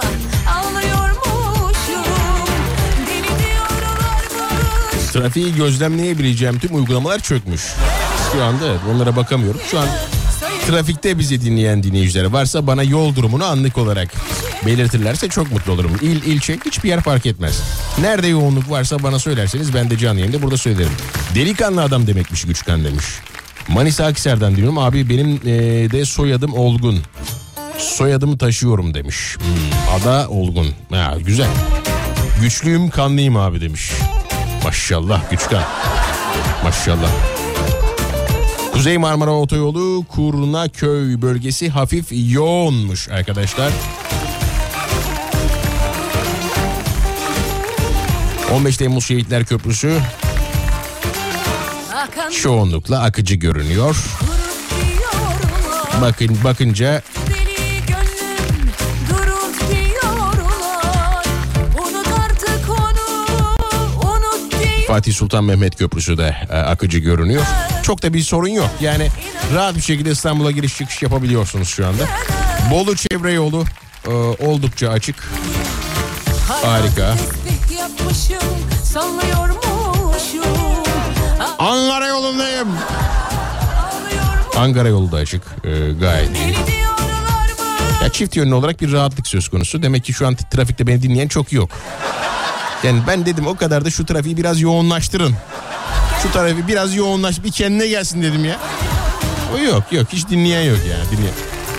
Speaker 1: trafiği gözlemleyebileceğim tüm uygulamalar çökmüş. Şu anda evet, onlara bakamıyorum. Şu an trafikte bizi dinleyen dinleyiciler varsa bana yol durumunu anlık olarak belirtirlerse çok mutlu olurum. İl, ilçe hiçbir yer fark etmez. Nerede yoğunluk varsa bana söylerseniz ben de canlı yayında burada söylerim. Delikanlı adam demekmiş Güçkan demiş. Manisa Akhisar'dan diyorum. Abi benim de soyadım Olgun. Soyadımı taşıyorum demiş. Ada Olgun. Ha, güzel. Güçlüyüm kanlıyım abi demiş. Maşallah Güçkan. Maşallah. Kuzey Marmara Otoyolu Kurnaköy bölgesi hafif yoğunmuş arkadaşlar. 15 Temmuz Şehitler Köprüsü çoğunlukla akıcı görünüyor. Bakınca Fatih Sultan Mehmet Köprüsü de akıcı görünüyor. Çok da bir sorun yok. Yani rahat bir şekilde İstanbul'a giriş çıkış yapabiliyorsunuz şu anda. Bolu çevre yolu oldukça açık. Harika. Ankara yolundayım. Ankara yolu da açık. Gayet iyi. Ya çift yönlü olarak bir rahatlık söz konusu. Demek ki şu an trafikte beni dinleyen çok yok. Yani ben dedim o kadar da şu trafiği biraz yoğunlaştırın. Şu trafiği biraz yoğunlaş, bir kendine gelsin dedim ya. O yok hiç dinleyen yok ya. Dinleyen.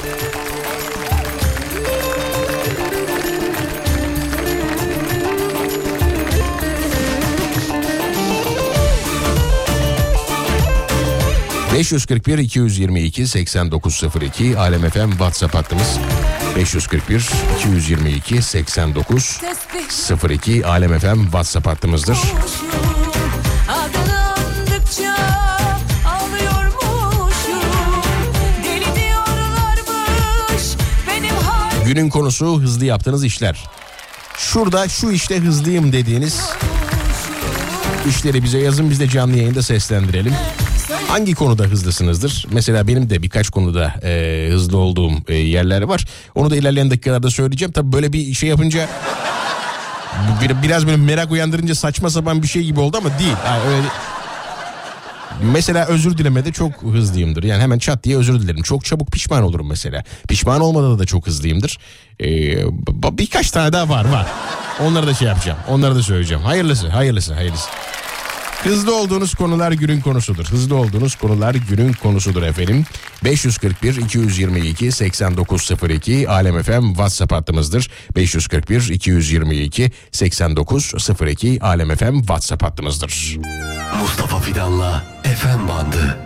Speaker 1: ...541 222 8902 Alem FM WhatsApp hattımız 541 222 8902 Alem FM WhatsApp hattımızdır. Günün konusu hızlı yaptığınız işler. Şurada şu işte hızlıyım dediğiniz işleri bize yazın, biz de canlı yayında seslendirelim. Hangi konuda hızlısınızdır? Mesela benim de birkaç konuda hızlı olduğum yerler var. Onu da ilerleyen dakikalarda söyleyeceğim. Tabii böyle bir şey yapınca biraz böyle merak uyandırınca saçma sapan bir şey gibi oldu ama değil. Yani öyle Mesela özür dilemede çok hızlıyımdır. Yani hemen çat diye özür dilerim. Çok çabuk pişman olurum mesela. Pişman olmada da çok hızlıyımdır. Birkaç tane daha var. Onları da yapacağım. Onları da söyleyeceğim. Hayırlısı. Hızlı olduğunuz konular günün konusudur. Hızlı olduğunuz konular günün konusudur efendim. 541-222-8902 Alem FM WhatsApp hattımızdır. 541-222-8902 Alem FM WhatsApp hattımızdır.
Speaker 2: Mustafa Fidan'la FM Bandı.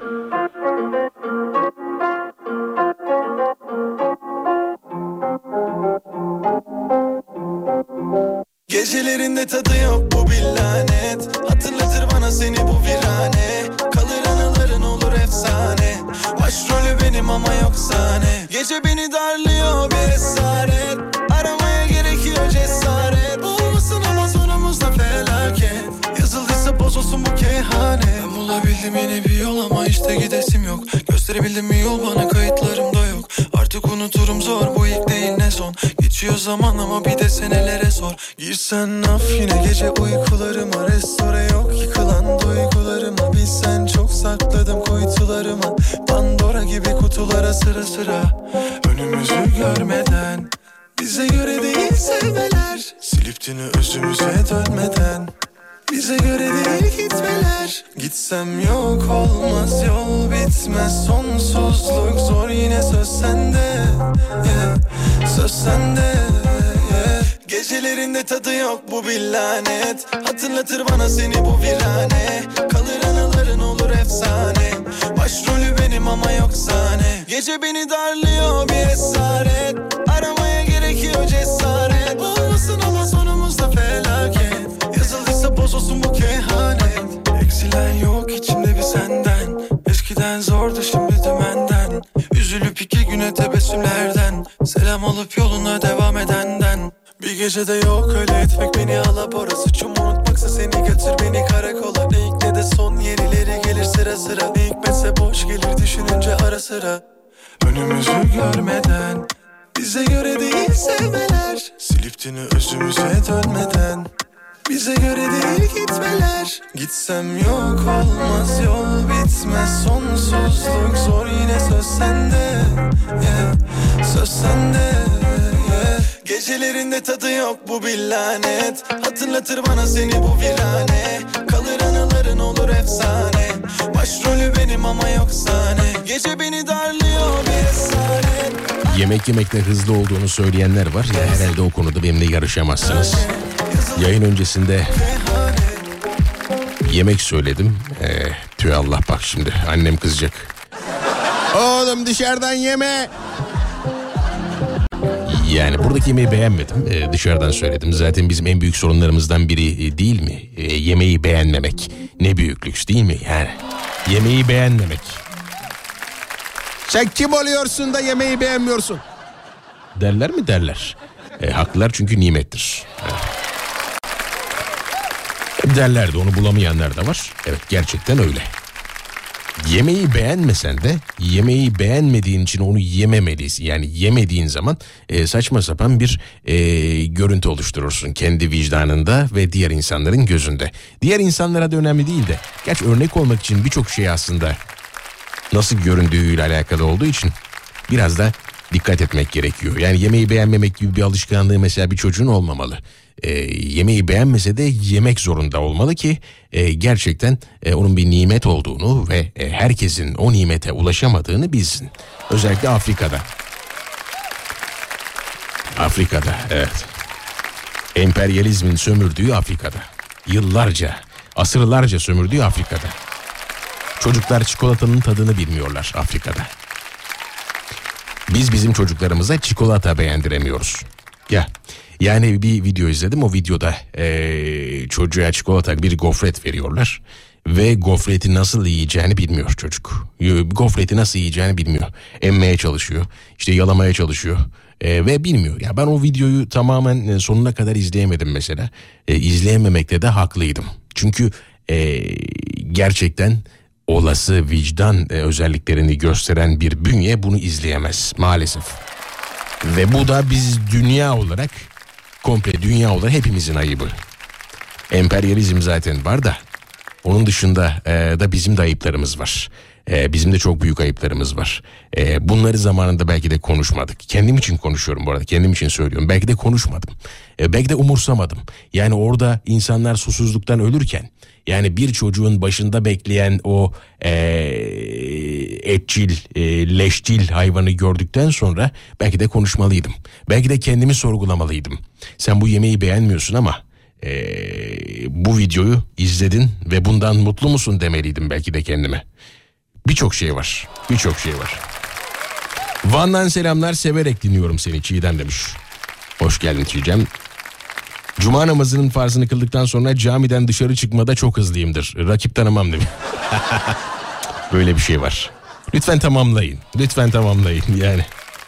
Speaker 7: Gecelerinde tadı yok bu bir lanet. Hatırlatır bana seni bu virane. Kalır anıların olur efsane. Başrolü benim ama yok sahne. Gece beni darlıyor bir esaret. Aramaya gerekiyor cesaret. Olmasın ama sonumuzda felaket. Yazıldıysa bozulsun bu kehanet. Ben bulabildim yeni bir yol ama işte gidesim yok. Gösterebildim bir yol bana kayıtlarımda yok. Artık unuturum zor bu ilk değil ne son. Geçiyor zaman ama bir de senelere sor. Girsen af yine gece uykularıma. Restore yok yıkılan duygularıma. Bilsen çok sakladım kuytularıma. Pandora gibi kutulara sıra sıra. Önümüzü görmeden. Bize göre değil sevmeler. Silip dini özümüze dönmeden. Bize göre değil gitmeler. Gitsem yok olmaz yol bitmez. Sonsuzluk zor yine söz sende, yeah. Söz sende, yeah. Gecelerinde tadı yok bu bir lanet. Hatırlatır bana seni bu virane. Kalır anıların olur efsane. Başrolü benim ama yok sahne. Gece beni darlıyor bir esaret. Aramaya gerekiyor cesaret. Olmasın ama sonumuzda felaket. Yazıldıysa bozulsun bu kehanet. Eksilen yok içimde bir senden. Eskiden zordu şimdi dümenden. Üzülüp 2 güne tebessümlerden. Selam alıp yoluna devam edenden. Bir gecede yok öyle etmek beni alabora. Suçum unutmaksa seni götür beni karakola. Ne ilk ne de son yenileri gelir sıra sıra. Ne hikmetse boş gelir düşününce ara sıra. Önümüzü görmeden. Bize göre değil sevmeler. Silip dini özümüze dönmeden. Bize göre değil gitmeler. Gitsem yok olmaz yol bitmez. Sonsuzluk zor yine söz sende, yeah. Söz sende, yeah. Gecelerinde tadı yok bu bir lanet. Hatırlatır bana seni bu virane. Kalır anıların olur efsane. Başrolü benim ama yok sahne. Gece beni darlıyor bir esaret.
Speaker 1: Yemek yemekte hızlı olduğunu söyleyenler var ya, herhalde o konuda benimle yarışamazsınız. Yayın öncesinde yemek söyledim. Tüh Allah, bak şimdi annem kızacak. Oğlum dışarıdan yeme. Yani buradaki yemeği beğenmedim. Dışarıdan söyledim. Zaten bizim en büyük sorunlarımızdan biri değil mi? Yemeği beğenmemek. Ne büyük lüks değil mi? Yani yemeği beğenmemek. Sen kim oluyorsun da yemeği beğenmiyorsun? Derler mi? Derler. Haklılar çünkü nimettir. Derler de onu bulamayanlar da var. Evet, gerçekten öyle. Yemeği beğenmesen de yemeği beğenmediğin için onu yememelisin. Yani yemediğin zaman saçma sapan bir görüntü oluşturursun kendi vicdanında ve diğer insanların gözünde. Diğer insanlara da önemli değil de. Gerçi örnek olmak için birçok şey aslında nasıl göründüğüyle alakalı olduğu için biraz da dikkat etmek gerekiyor. Yani yemeği beğenmemek gibi bir alışkanlığı mesela bir çocuğun olmamalı. Yemeği beğenmese de yemek zorunda olmalı ki gerçekten onun bir nimet olduğunu ve herkesin o nimete ulaşamadığını bilsin. Özellikle Afrika'da. Afrika'da, evet. Emperyalizmin sömürdüğü Afrika'da. Yıllarca, asırlarca sömürdüğü Afrika'da. Çocuklar çikolatanın tadını bilmiyorlar Afrika'da. Biz bizim çocuklarımıza çikolata beğendiremiyoruz. Ya. Yani bir video izledim, o videoda çocuğa çikolata bir gofret veriyorlar ve gofreti nasıl yiyeceğini bilmiyor çocuk. Gofreti nasıl yiyeceğini bilmiyor. Emmeye çalışıyor, işte yalamaya çalışıyor ve bilmiyor. Ya ben o videoyu tamamen sonuna kadar izleyemedim mesela. İzleyememekte de haklıydım. Çünkü gerçekten olası vicdan özelliklerini gösteren bir bünye bunu izleyemez maalesef. Ve bu da biz dünya olarak, komple dünya olarak hepimizin ayıbı. Emperyalizm zaten var da Onun dışında da bizim de ayıplarımız var. Bizim de çok büyük ayıplarımız var. Bunları zamanında belki de konuşmadık. Kendim için konuşuyorum bu arada. Kendim için söylüyorum. Belki de konuşmadım. Belki de umursamadım. Yani orada insanlar susuzluktan ölürken, yani bir çocuğun başında bekleyen o etçil, leşçil hayvanı gördükten sonra belki de konuşmalıydım. Belki de kendimi sorgulamalıydım. Sen bu yemeği beğenmiyorsun ama bu videoyu izledin ve bundan mutlu musun demeliydim belki de kendime. Birçok şey var. Birçok şey var. Van'dan selamlar, severek dinliyorum seni Çiğdem demiş. Hoş geldin Çiğdem. Cuma namazının farzını kıldıktan sonra camiden dışarı çıkmada çok hızlıyımdır. Rakip tanımam demiş. Böyle bir şey var. Lütfen tamamlayın. Lütfen tamamlayın yani.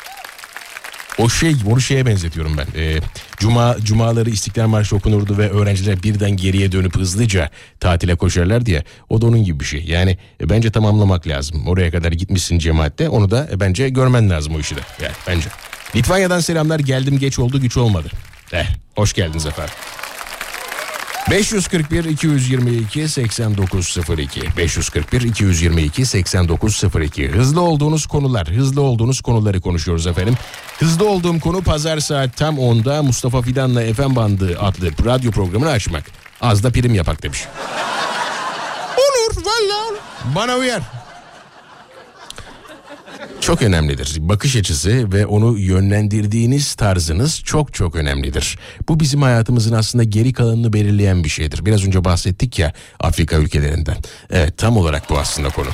Speaker 1: Onu şeye benzetiyorum ben. Cumaları İstiklal Marşı okunurdu ve öğrenciler birden geriye dönüp hızlıca tatile koşarlar diye. O da onun gibi bir şey. Yani bence tamamlamak lazım. Oraya kadar gitmişsin cemaatte. Onu da bence görmen lazım o işi de. Yani bence. Litvanya'dan selamlar. Geldim, geç oldu, güç olmadı. Hoş geldiniz efendim. 541 222 8902 541 222 8902 hızlı olduğunuz konuları konuşuyoruz efendim. Hızlı olduğum konu pazar saat tam 10'da Mustafa Fidan'la FM Bandı adlı radyo programını açmak. Az da prim yapak demiş. Olur vallahi. Bana uyar. Çok önemlidir. Bakış açısı ve onu yönlendirdiğiniz tarzınız çok çok önemlidir. Bu bizim hayatımızın aslında geri kalanını belirleyen bir şeydir. Biraz önce bahsettik ya Afrika ülkelerinden. Evet, tam olarak bu aslında konu.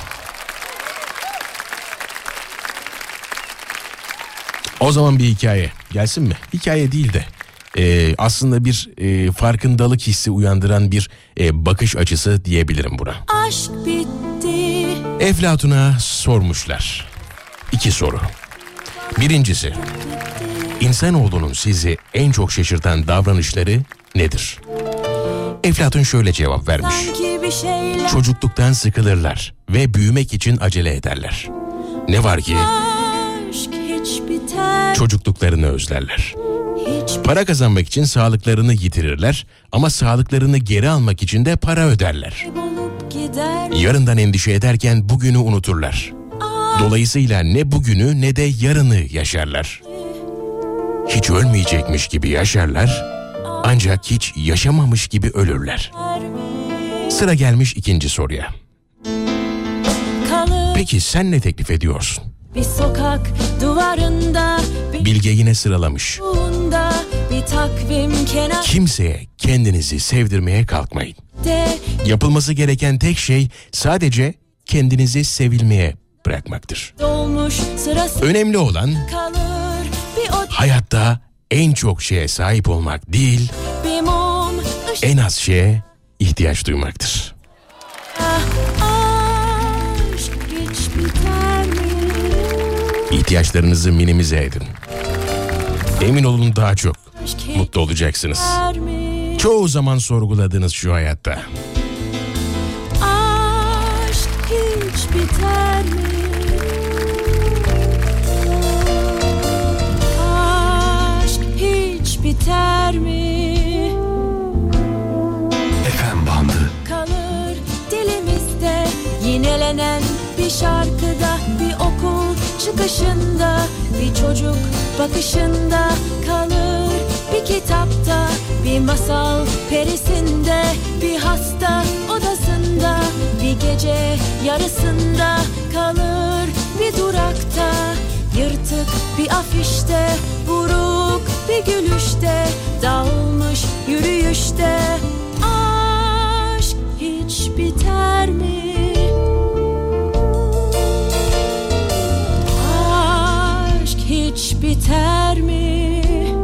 Speaker 1: O zaman bir hikaye gelsin mi? Hikaye değil de aslında bir farkındalık hissi uyandıran bir bakış açısı diyebilirim buna.
Speaker 8: Aşk bitti.
Speaker 1: Eflatun'a sormuşlar. 2 soru. Birincisi, insanoğlunun sizi en çok şaşırtan davranışları nedir? Eflatun şöyle cevap vermiş. Çocukluktan sıkılırlar ve büyümek için acele ederler. Ne var ki çocukluklarını özlerler. Para kazanmak için sağlıklarını yitirirler ama sağlıklarını geri almak için de para öderler. Yarından endişe ederken bugünü unuturlar. Dolayısıyla ne bugünü ne de yarını yaşarlar. Hiç ölmeyecekmiş gibi yaşarlar, ancak hiç yaşamamış gibi ölürler. Sıra gelmiş 2. soruya. Peki sen ne teklif ediyorsun?
Speaker 8: Bir sokak duvarında,
Speaker 1: Bilge yine sıralamış.
Speaker 8: Bir takvim
Speaker 1: kimseye kendinizi sevdirmeye kalkmayın. Yapılması gereken tek şey sadece kendinizi sevilmeye bırakmaktır. Önemli olan hayatta en çok şeye sahip olmak değil, en az şeye ihtiyaç duymaktır. İhtiyaçlarınızı minimize edin. Emin olun daha çok mutlu olacaksınız. Çoğu zaman sorguladığınız şu hayatta.
Speaker 8: Aşk hiç biter mi? Aşk hiç biter mi?
Speaker 2: FM Bandı
Speaker 8: Kalır dilimizde yinelenen bir şarkıda, bir okul çıkışında, bir çocuk bakışında, kalır bir kitapta, bir masal perisinde, bir hasta odasında, bir gece yarısında, kalır bir durakta, yırtık bir afişte, buruk bir gülüşte, dağılmış yürüyüşte. Aşk hiç biter mi? Aşk hiç biter mi?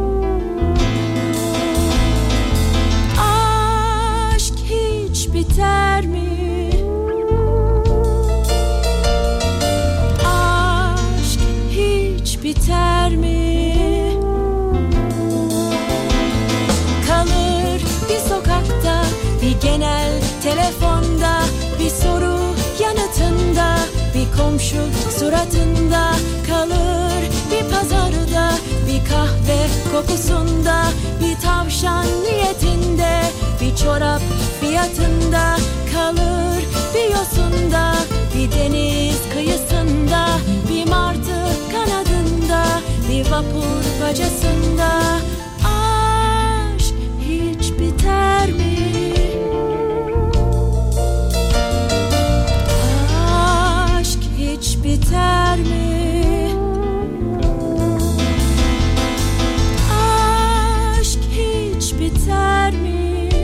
Speaker 8: Aşk hiç biter mi? Aşk hiç biter mi? Kalır bir sokakta, bir genel telefonda, bir soru yanıtında, bir komşu suratında, kalır bir pazarda, bir kahve kokusunda, bir tavşan niyetinde, Bir çorap fiyatında kalır bir yosunda, bir deniz kıyısında, bir martı kanadında, bir vapur bacasında. Aşk hiç biter mi? Aşk hiç biter mi? Aşk hiç biter mi?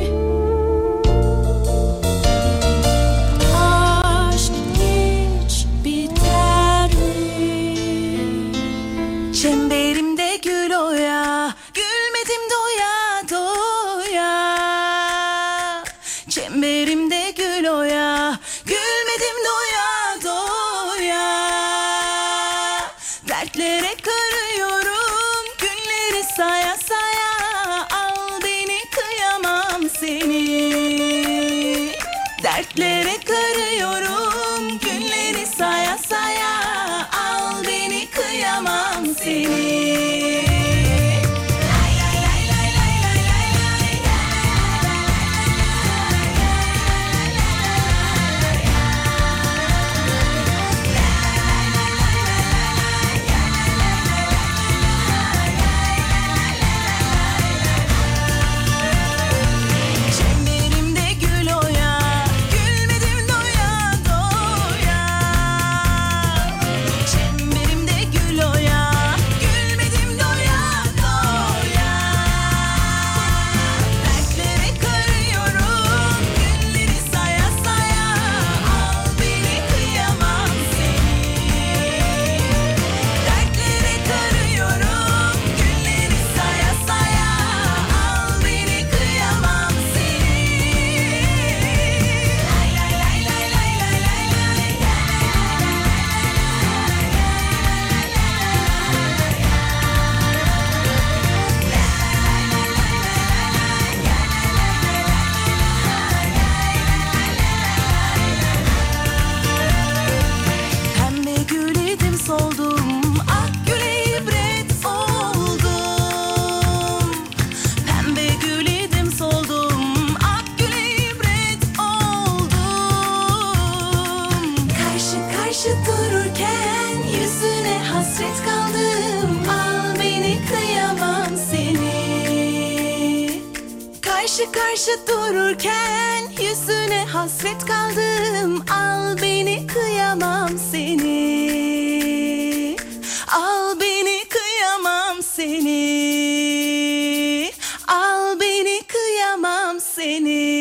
Speaker 8: Aşk hiç biter mi? Çemberimde gül oya, gülmedim doya doya. Çemberimde gül oya, gülmedim doya doya. Dertlere karıyorum günleri saya saya. Al beni kıyamam seni. Dertlere karıyorum günleri saya saya. Al beni kıyamam seni. Çemberimde gül oya, gülmedim doya doya. Çemberimde gül oya, gülmedim doya doya. Dertlere karıyorum günleri saya saya. Al beni kıyamam seni. Dertlere karıyorum günleri saya saya. Al beni kıyamam seni. Lay lay lay lay lay lay lay lay. Pembe gül idim soldum, ak güle ibret oldum. Pembe gül idim soldum, ak güle ibret oldum. Karşı karşı dururken yüzüne hasret kaldım. Al beni kıyamam seni. Karşı karşı dururken yüzüne hasret kaldım. Al beni kıyamam seni. Al beni kıyamam seni. Al beni kıyamam seni.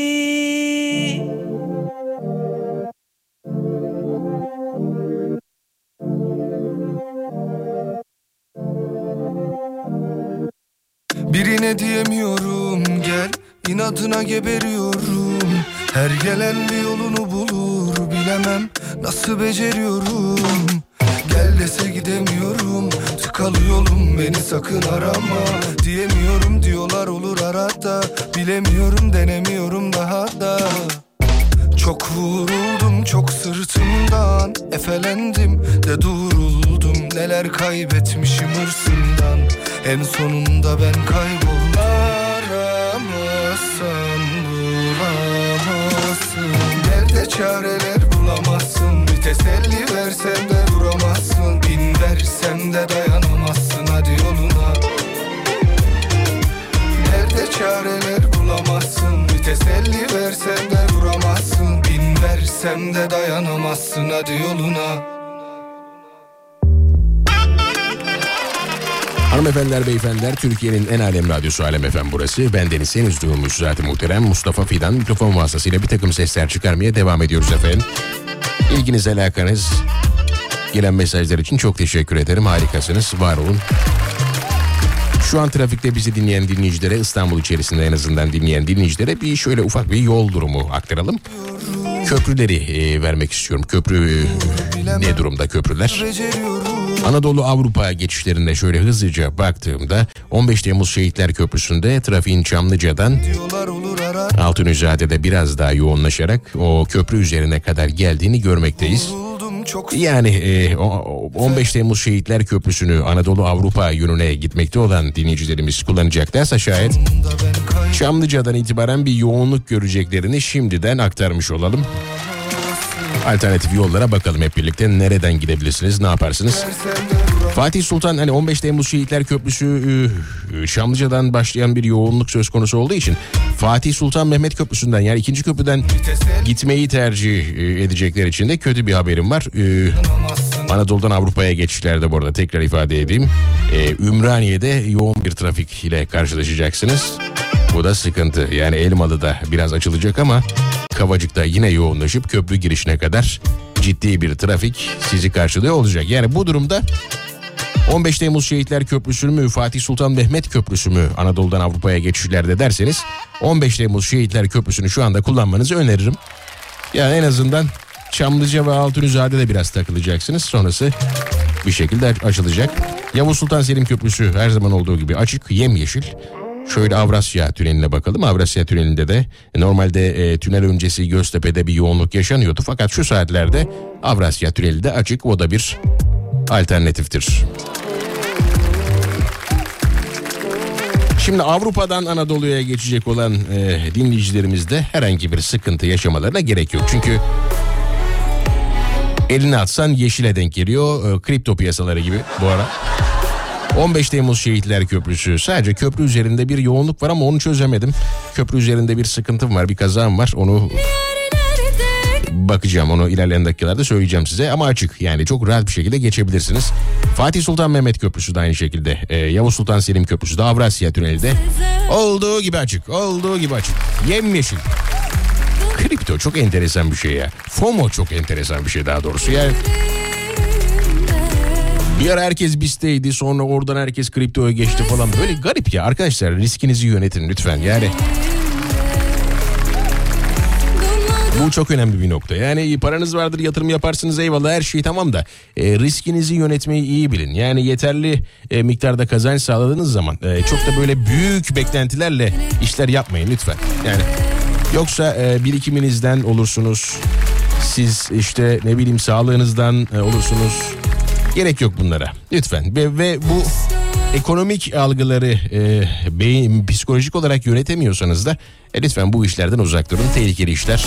Speaker 3: Birine diyemiyorum gel, inadına geberiyorum. Her gelen bir yolunu bulur, bilemem nasıl beceriyorum. Gel dese gidemiyorum, tıkalı yolum, beni sakın arama diyemiyorum. Diyorlar olur arada, bilemiyorum, denemiyorum daha da. Çok vuruldum çok sırtımdan, efelendim de duruldum. Neler kaybetmişim hırsından, en sonunda ben kayboldum. Aramazsan bulamazsın, derde çareler bulamazsın. Bir teselli versem de duramazsın, bin versem de dayanamazsın, hadi yoluna. Derde çareler bulamazsın, bir teselli versem de duramazsın. Bin versem de dayanamazsın, hadi yoluna.
Speaker 1: Hanımefendiler, beyefendiler, Türkiye'nin en alem radyosu Alem FM burası. Bendeniz henüz duyulmuş zaten muhterem Mustafa Fidan mikrofon vasıtasıyla bir takım sesler çıkarmaya devam ediyoruz efendim. İlginiz, alakanız, gelen mesajlar için çok teşekkür ederim. Harikasınız, var olun. Şu an trafikte bizi dinleyen dinleyicilere, İstanbul içerisinde en azından dinleyen dinleyicilere bir şöyle ufak bir yol durumu aktaralım. Köprüleri vermek istiyorum. Köprü ne durumda köprüler? Anadolu Avrupa geçişlerinde şöyle hızlıca baktığımda 15 Temmuz Şehitler Köprüsü'nde trafiğin Çamlıca'dan Altunizade'de biraz daha yoğunlaşarak o köprü üzerine kadar geldiğini görmekteyiz.
Speaker 3: çok...
Speaker 1: Yani 15 Temmuz Şehitler Köprüsü'nü Anadolu Avrupa yönüne gitmekte olan dinleyicilerimiz kullanacaklarsa şayet Çamlıca'dan itibaren bir yoğunluk göreceklerini şimdiden aktarmış olalım. Alternatif yollara bakalım hep birlikte, nereden gidebilirsiniz, ne yaparsınız? Fatih Sultan, hani 15 Temmuz Şehitler Köprüsü Çamlıca'dan başlayan bir yoğunluk söz konusu olduğu için Fatih Sultan Mehmet Köprüsü'nden, yani ikinci köprüden gitmeyi tercih edecekler için de kötü bir haberim var. Anadolu'dan Avrupa'ya geçişlerde bu arada tekrar ifade edeyim. Ümraniye'de yoğun bir trafik ile karşılaşacaksınız. Bu da sıkıntı. Yani Elmalı'da biraz açılacak ama Kavacık'ta yine yoğunlaşıp köprü girişine kadar ciddi bir trafik sizi karşılıyor olacak. Yani bu durumda 15 Temmuz Şehitler Köprüsü mü, Fatih Sultan Mehmet Köprüsü mü Anadolu'dan Avrupa'ya geçişlerde derseniz 15 Temmuz Şehitler Köprüsü'nü şu anda kullanmanızı öneririm. Yani en azından Çamlıca ve Altunizade'de biraz takılacaksınız. Sonrası bir şekilde açılacak. Yavuz Sultan Selim Köprüsü her zaman olduğu gibi açık, yemyeşil. Şöyle Avrasya Tüneli'ne bakalım. Avrasya Tüneli'nde de normalde tünel öncesi Göztepe'de bir yoğunluk yaşanıyordu. Fakat şu saatlerde Avrasya Tüneli de açık. O da bir alternatiftir. Şimdi Avrupa'dan Anadolu'ya geçecek olan dinleyicilerimizde herhangi bir sıkıntı yaşamalarına gerek yok. Çünkü eline atsan yeşile denk geliyor. Kripto piyasaları gibi bu ara. 15 Temmuz Şehitler Köprüsü, sadece köprü üzerinde bir yoğunluk var ama onu çözemedim. Köprü üzerinde bir sıkıntım var, bir kazam var, onu bakacağım, onu ilerleyen dakikalarda söyleyeceğim size. Ama açık, yani çok rahat bir şekilde geçebilirsiniz. Fatih Sultan Mehmet Köprüsü de aynı şekilde, Yavuz Sultan Selim Köprüsü de, Avrasya Tüneli de olduğu gibi açık, olduğu gibi açık, yemyeşil. Kripto çok enteresan bir şey ya. FOMO çok enteresan bir şey daha doğrusu yani. Bir ara herkes BIST'teydi, sonra oradan herkes kriptoya geçti falan. Böyle garip ya arkadaşlar, riskinizi yönetin lütfen yani. Bu çok önemli bir nokta. Yani paranız vardır, yatırım yaparsınız, eyvallah, her şey tamam da riskinizi yönetmeyi iyi bilin. Yani yeterli miktarda kazanç sağladığınız zaman çok da böyle büyük beklentilerle işler yapmayın lütfen. Yani yoksa birikiminizden olursunuz. Siz işte ne bileyim sağlığınızdan olursunuz. Gerek yok bunlara lütfen. Ve bu ekonomik algıları beyin psikolojik olarak yönetemiyorsanız da lütfen bu işlerden uzak durun. Tehlikeli işler.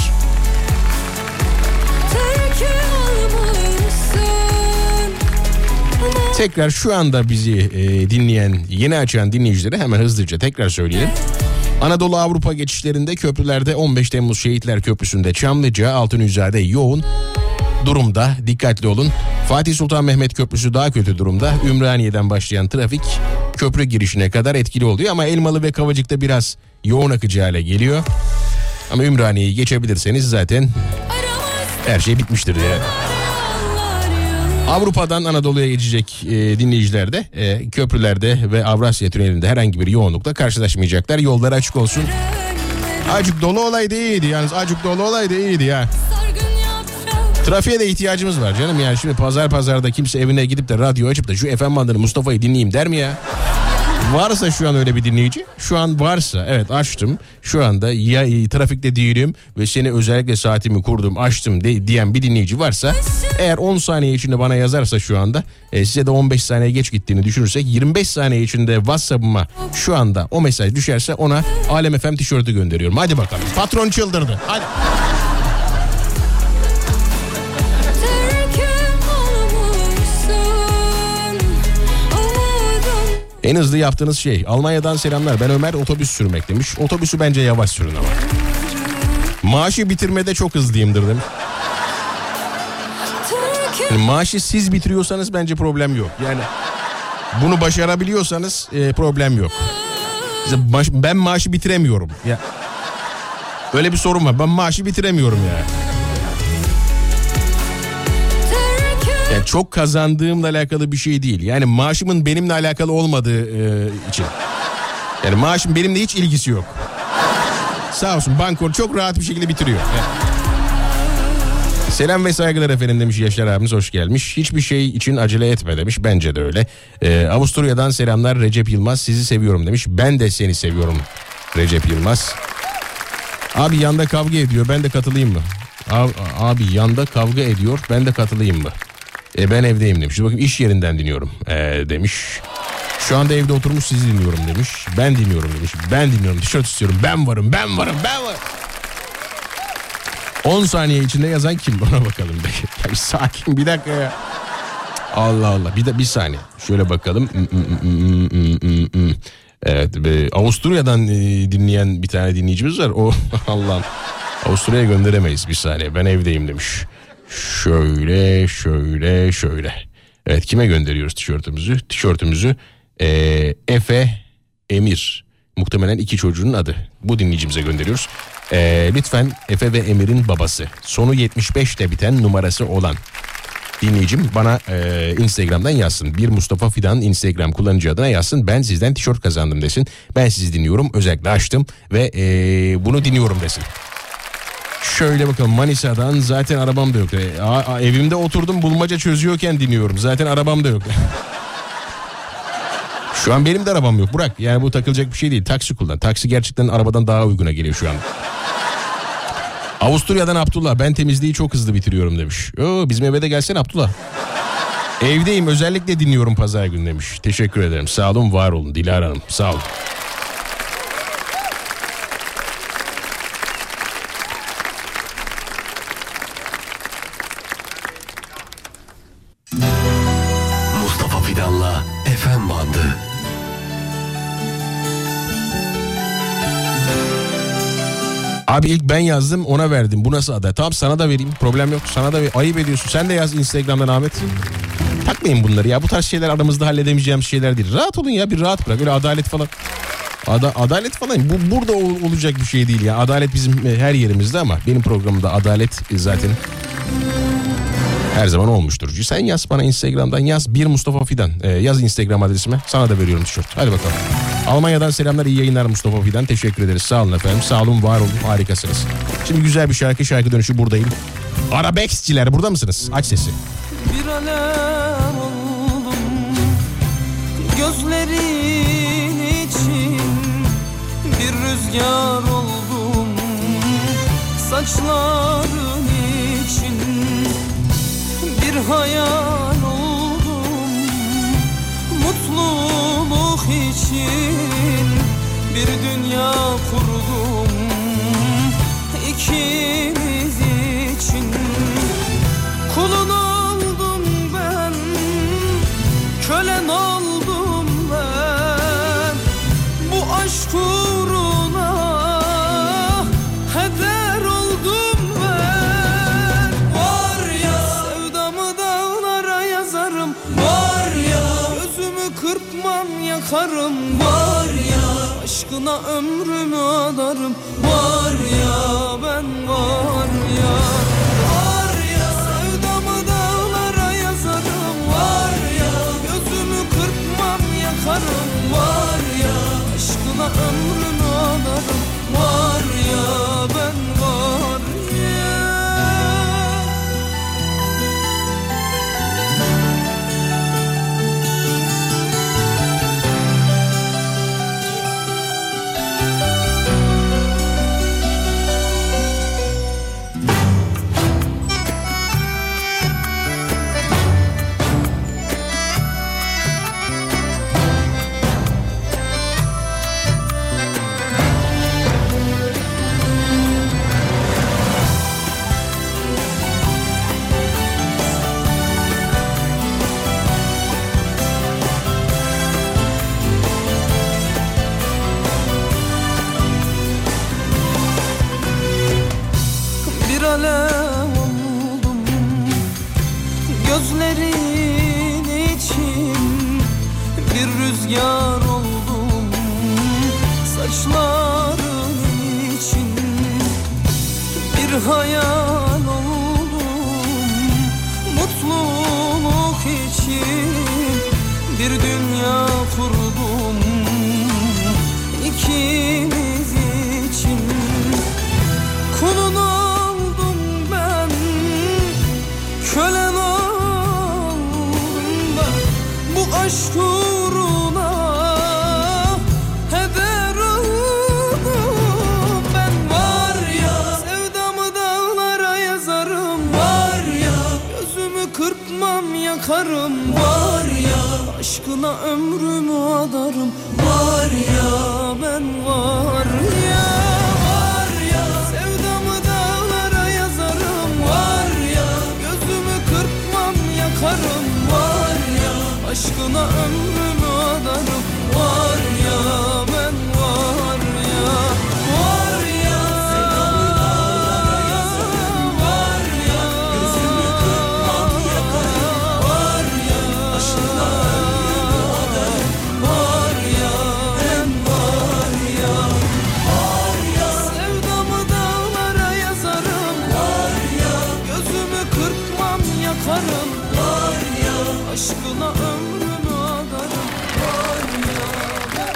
Speaker 1: Tekrar şu anda bizi dinleyen, yeni açan dinleyicilere hemen hızlıca tekrar söyleyelim. Anadolu Avrupa geçişlerinde köprülerde 15 Temmuz Şehitler Köprüsü'nde Çamlıca, Altunizade yoğun durumda, dikkatli olun. Fatih Sultan Mehmet Köprüsü daha kötü durumda. Ümraniye'den başlayan trafik köprü girişine kadar etkili oluyor ama Elmalı ve Kavacık'ta biraz yoğun akıcı hale geliyor. Ama Ümraniye'yi geçebilirseniz zaten her şey bitmiştir yani. Avrupa'dan Anadolu'ya geçecek dinleyiciler de köprülerde ve Avrasya Tüneli'nde herhangi bir yoğunlukla karşılaşmayacaklar. Yollar açık olsun. Azıcık dolu olaydı iyiydi yalnız, azıcık dolu olaydı iyiydi ya. Trafiğe de ihtiyacımız var canım, yani şimdi pazarda kimse evine gidip de radyo açıp da şu FM bandını Mustafa'yı dinleyeyim der mi ya? Varsa şu an öyle bir dinleyici, şu an varsa evet açtım, şu anda ya trafikte değilim ve seni özellikle saatimi kurdum açtım diyen bir dinleyici varsa, eğer 10 saniye içinde bana yazarsa şu anda, size de 15 saniye geç gittiğini düşünürsek 25 saniye içinde WhatsApp'ıma şu anda o mesaj düşerse ona Alem FM tişörtü gönderiyorum. Hadi bakalım, patron çıldırdı, hadi. En hızlı yaptığınız şey, Almanya'dan selamlar, ben Ömer, otobüs sürmek demiş. Otobüsü bence yavaş sürün ama. Maaşı bitirmede çok hızlıyımdır demiş. Yani maaşı siz bitiriyorsanız bence problem yok. Yani bunu başarabiliyorsanız problem yok. Ben maaşı bitiremiyorum. Ya öyle bir sorun var. Ben maaşı bitiremiyorum ya. Yani çok kazandığımla alakalı bir şey değil. Yani maaşımın benimle alakalı olmadığı için. Yani maaşım benimle hiç ilgisi yok. Sağ olsun bankor çok rahat bir şekilde bitiriyor. Yani. Selam ve saygılar efendim demiş Yaşar abimiz, hoş gelmiş. Hiçbir şey için acele etme demiş, bence de öyle. Avusturya'dan selamlar Recep Yılmaz, sizi seviyorum demiş. Ben de seni seviyorum Recep Yılmaz. Abi yanda kavga ediyor, ben de katılayım mı? Abi yanda kavga ediyor, ben de katılayım mı? Ben evdeyim demiş. Bakın iş yerinden dinliyorum demiş. Şu anda evde oturmuş sizi dinliyorum demiş. Ben dinliyorum demiş. Ben dinliyorum. Tişört istiyorum. Ben varım. 10 saniye içinde yazan kim? Ona bakalım. Ya sakin bir dakika ya. Allah Allah. Bir saniye. Şöyle bakalım. Evet. Avusturya'dan dinleyen bir tane dinleyicimiz var. O Allah'ım. Avusturya'ya gönderemeyiz, bir saniye. Ben evdeyim demiş. Şöyle. Evet, kime gönderiyoruz tişörtümüzü? Tişörtümüzü Efe Emir. Muhtemelen 2 çocuğun adı. Bu dinleyicimize gönderiyoruz. Lütfen Efe ve Emir'in babası, sonu 75 ile biten numarası olan dinleyicim bana Instagram'dan yazsın. Bir Mustafa Fidan Instagram kullanıcı adına yazsın. Ben sizden tişört kazandım desin. Ben sizi dinliyorum. Özellikle açtım ve bunu dinliyorum desin. Şöyle bakalım, Manisa'dan zaten arabam da yok. Evimde oturdum bulmaca çözüyorken dinliyorum. Zaten arabam da yok. Şu an benim de arabam yok Burak. Yani bu takılacak bir şey değil. Taksi kullan. Taksi gerçekten arabadan daha uyguna geliyor şu an. Avusturya'dan Abdullah, ben temizliği çok hızlı bitiriyorum demiş. Bizim eve de gelsene Abdullah. Evdeyim, özellikle dinliyorum pazar günü demiş. Teşekkür ederim. Sağ olun, var olun Dilara Hanım. Sağ olun.
Speaker 2: Mustafa Fidan'la FM bandı.
Speaker 1: Abi ilk ben yazdım, ona verdim. Bu nasıl aday? Tamam, sana da vereyim. Problem yok. Sana da ayıp ediyorsun. Sen de yaz Instagram'dan Ahmet. Takmayın bunları ya. Bu tarz şeyler aramızda halledemeyeceğimiz şeyler değil. Rahat olun ya, bir rahat bırak. Öyle adalet falan. Adalet falan bu burada olacak bir şey değil ya. Adalet bizim her yerimizde ama benim programımda adalet zaten her zaman olmuştur. Sen yaz bana Instagram'dan, yaz bir Mustafa Fidan. Yaz Instagram adresime. Sana da veriyorum tişört. Hadi bakalım. Almanya'dan selamlar, iyi yayınlar Mustafa Fidan. Teşekkür ederiz. Sağ olun efendim. Sağ olun, var olun. Harikasınız. Şimdi güzel bir şarkı dönüşü buradayım. Arabeskçiler burada mısınız? Aç sesi.
Speaker 9: Bir alem oldum gözlerin için, bir rüzgar oldum saçların için, bir hayal oldum mutluluk için, bir dünya kurdum ikimiz için. Kulun oldum ben, kölen oldum ben, bu aşk uğruna heder oldum ben. Var ya sevdamı dağlara yazarım, var ya gözümü kırpmam yakarım, var ya aşkına ömrümü adarım, var ya ben var ya. Yakarım, var ya aşkına ömrümü adarım, var ya ben var ya. Gözlerin için bir rüzgar oldum saçların için, bir hayal oldum mutluluk için, bir dünya kurdum ikimiz için. Kulun oldum ben, kölen aşk uğruna heder oldum ben. Var ya sevdamı dağlara yazarım, kırpmam yakarım. Var ya aşkına ömrümü adarım. Var ya ben var ya. Var ya sevdamı dağlara yazarım. Var ya gözümü kırpmam yakarım. Var ya aşkına ömrümü adarım. Var ya ben var ya. Var ya sevdamı dağlara yazarım. Var ya gözümü kırpmam yakarım. Var ya aşkına ömrümü adarım. Var ya ben var ya. Var ya sevdamı dağlara yazarım. Var ya gözümü kırpmam yakarım. Var ya aşkına ömrümü adarım. Var ya ben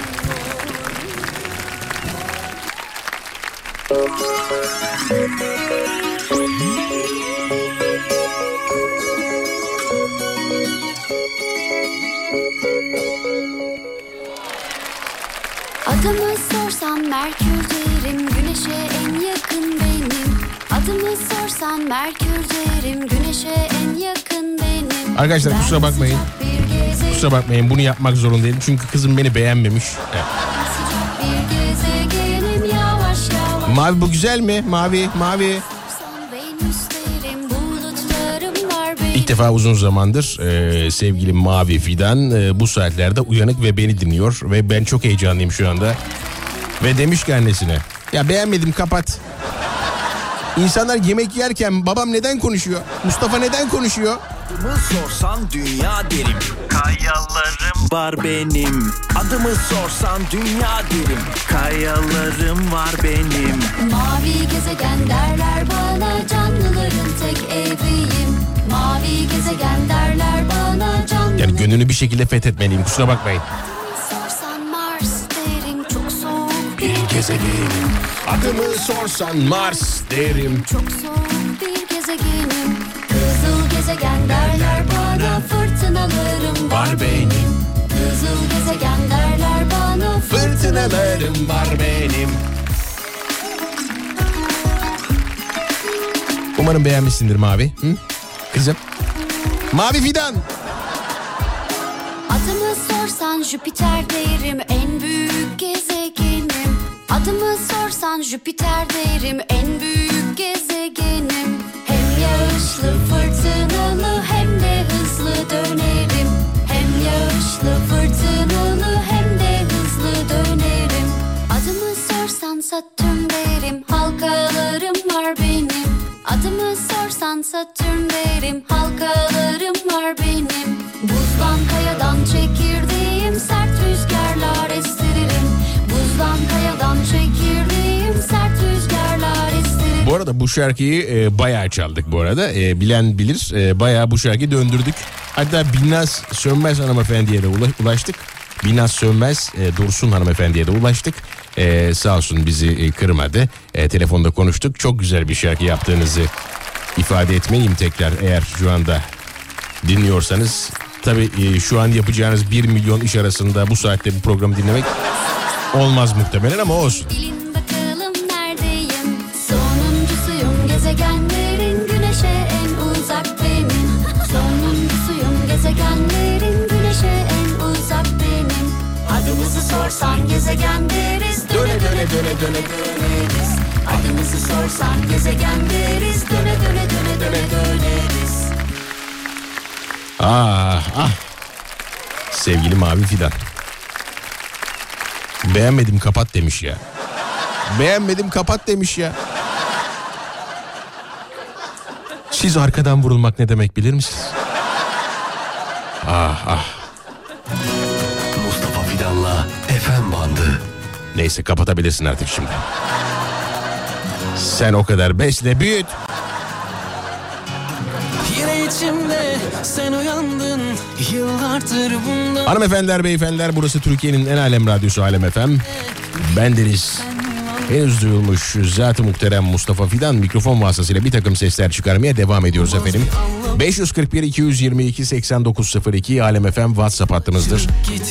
Speaker 10: Adımı sorsan Merkür derim, Güneş'e en yakın benim. Adımı sorsan Merkür derim, Güneş'e en yakın benim.
Speaker 1: Arkadaşlar kusura bakmayın. Kusura bakmayın, bunu yapmak zorundayım. Çünkü kızım beni beğenmemiş. Evet.
Speaker 10: Bir gezegenim yavaş yavaş.
Speaker 1: Mavi bu güzel mi? Mavi, mavi.
Speaker 10: Venüs derim, bulutlarım var benim.
Speaker 1: İlk defa uzun zamandır sevgili Mavi Fidan bu saatlerde uyanık ve beni dinliyor. Ve ben çok heyecanlıyım şu anda. Ve demiş ki annesine, ya beğenmedim kapat. İnsanlar yemek yerken babam neden konuşuyor? Mustafa neden konuşuyor?
Speaker 11: Adımı sorsan dünya derim. Kayalarım var benim. Adımı sorsan dünya derim. Kayalarım var benim.
Speaker 10: Mavi gezegen derler bana, canlıların tek eviyim. Mavi gezegen derler bana, canlıların.
Speaker 1: Yani gönlünü bir şekilde fethetmeliyim, kusura bakmayın.
Speaker 10: Sorsan Mars derim, çok soğuk
Speaker 1: Bir gezegenim. Adımı sorsan Mars derim.
Speaker 10: çok soğuk bir gezegenim. Kızıl gezegen derler bana, fırtınalarım
Speaker 1: Var benim.
Speaker 10: Kızıl gezegen derler bana,
Speaker 1: Fırtınalarım var benim. Umarım beğenmişsindir Mavi. Hı? Kızım. Mavi Fidan.
Speaker 10: Adımı sorsan Jüpiter derim, en büyük gezegenim. Adımı sorsan Jüpiter derim, en büyük gezegenim. Hem yağışlı fırtınalı hem de hızlı dönerim. Hem yağışlı fırtınalı hem de hızlı dönerim. Adımı sorsan Satürn derim, halkalarım var benim. Adımı sorsan Satürn derim, halkalarım var benim. Buzdan kayadan çekirdeğim, sert rüzgarlar estiririm. Buzdan kayadan çekirdeğim, sert rüzgarlar estiririm.
Speaker 1: Bu arada bu şarkıyı bayağı çaldık bu arada. Bilen bilir, bayağı bu şarkıyı döndürdük. Hatta Binnaz Sönmez hanımefendiye de ulaştık. Binnaz Sönmez Dursun hanımefendiye de ulaştık. Sağ olsun bizi kırmadı. Telefonda konuştuk. Çok güzel bir şarkı yaptığınızı ifade etmeliyim tekrar, eğer şu anda dinliyorsanız. Tabii şu an yapacağınız 1 milyon iş arasında bu saatte bu programı dinlemek olmaz muhtemelen, ama olsun.
Speaker 10: Bilin bakalım neredeyim? Sonuncusuyum gezegenlerin, Güneş'e en uzak benim. Sonuncusuyum gezegenlerin, Güneş'e en uzak benim. Adımızı sorsan gezegen deriz, döne döne döne döne döneriz. Adımızı sorsan gezegen deriz, döne döne döne döne döneriz.
Speaker 1: Ah. Sevgili Mavi Fidan. Beğenmedim kapat demiş ya. Beğenmedim kapat demiş ya. Siz arkadan vurulmak ne demek bilir misiniz? Ah.
Speaker 2: Mustafa Fidan'la FM bandı.
Speaker 1: Neyse, kapatabilirsin artık şimdi. Sen o kadar besle büyüt.
Speaker 9: Yine içimde sen uyandın, yıllardır bundan.
Speaker 1: Hanımefendiler, beyefendiler, burası Türkiye'nin en alem radyosu Alem FM. Bendeniz henüz duyulmuş Zat-ı Muhterem Mustafa Fidan mikrofon vasıtasıyla bir takım sesler çıkarmaya devam ediyoruz efendim. 541-222-8902 Alem FM WhatsApp hattımızdır.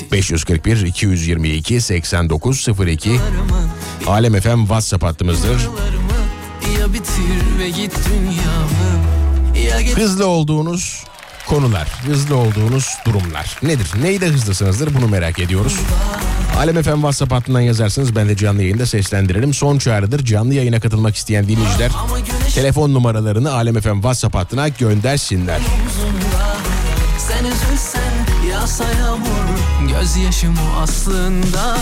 Speaker 1: 541-222-8902 Alem FM WhatsApp hattımızdır.
Speaker 9: Ya bitir ve git dünyamı.
Speaker 1: Hızlı olduğunuz konular, hızlı olduğunuz durumlar nedir? Neyde hızlısınızdır, bunu merak ediyoruz. Alem FM WhatsApp hattından yazarsınız, ben de canlı yayında seslendiririm. Son çağrıdır, canlı yayına katılmak isteyen dinleyiciler telefon numaralarını Alem FM WhatsApp hattına göndersinler.
Speaker 9: Sen üzülsen yağsa yağmur, gözyaşım o aslında.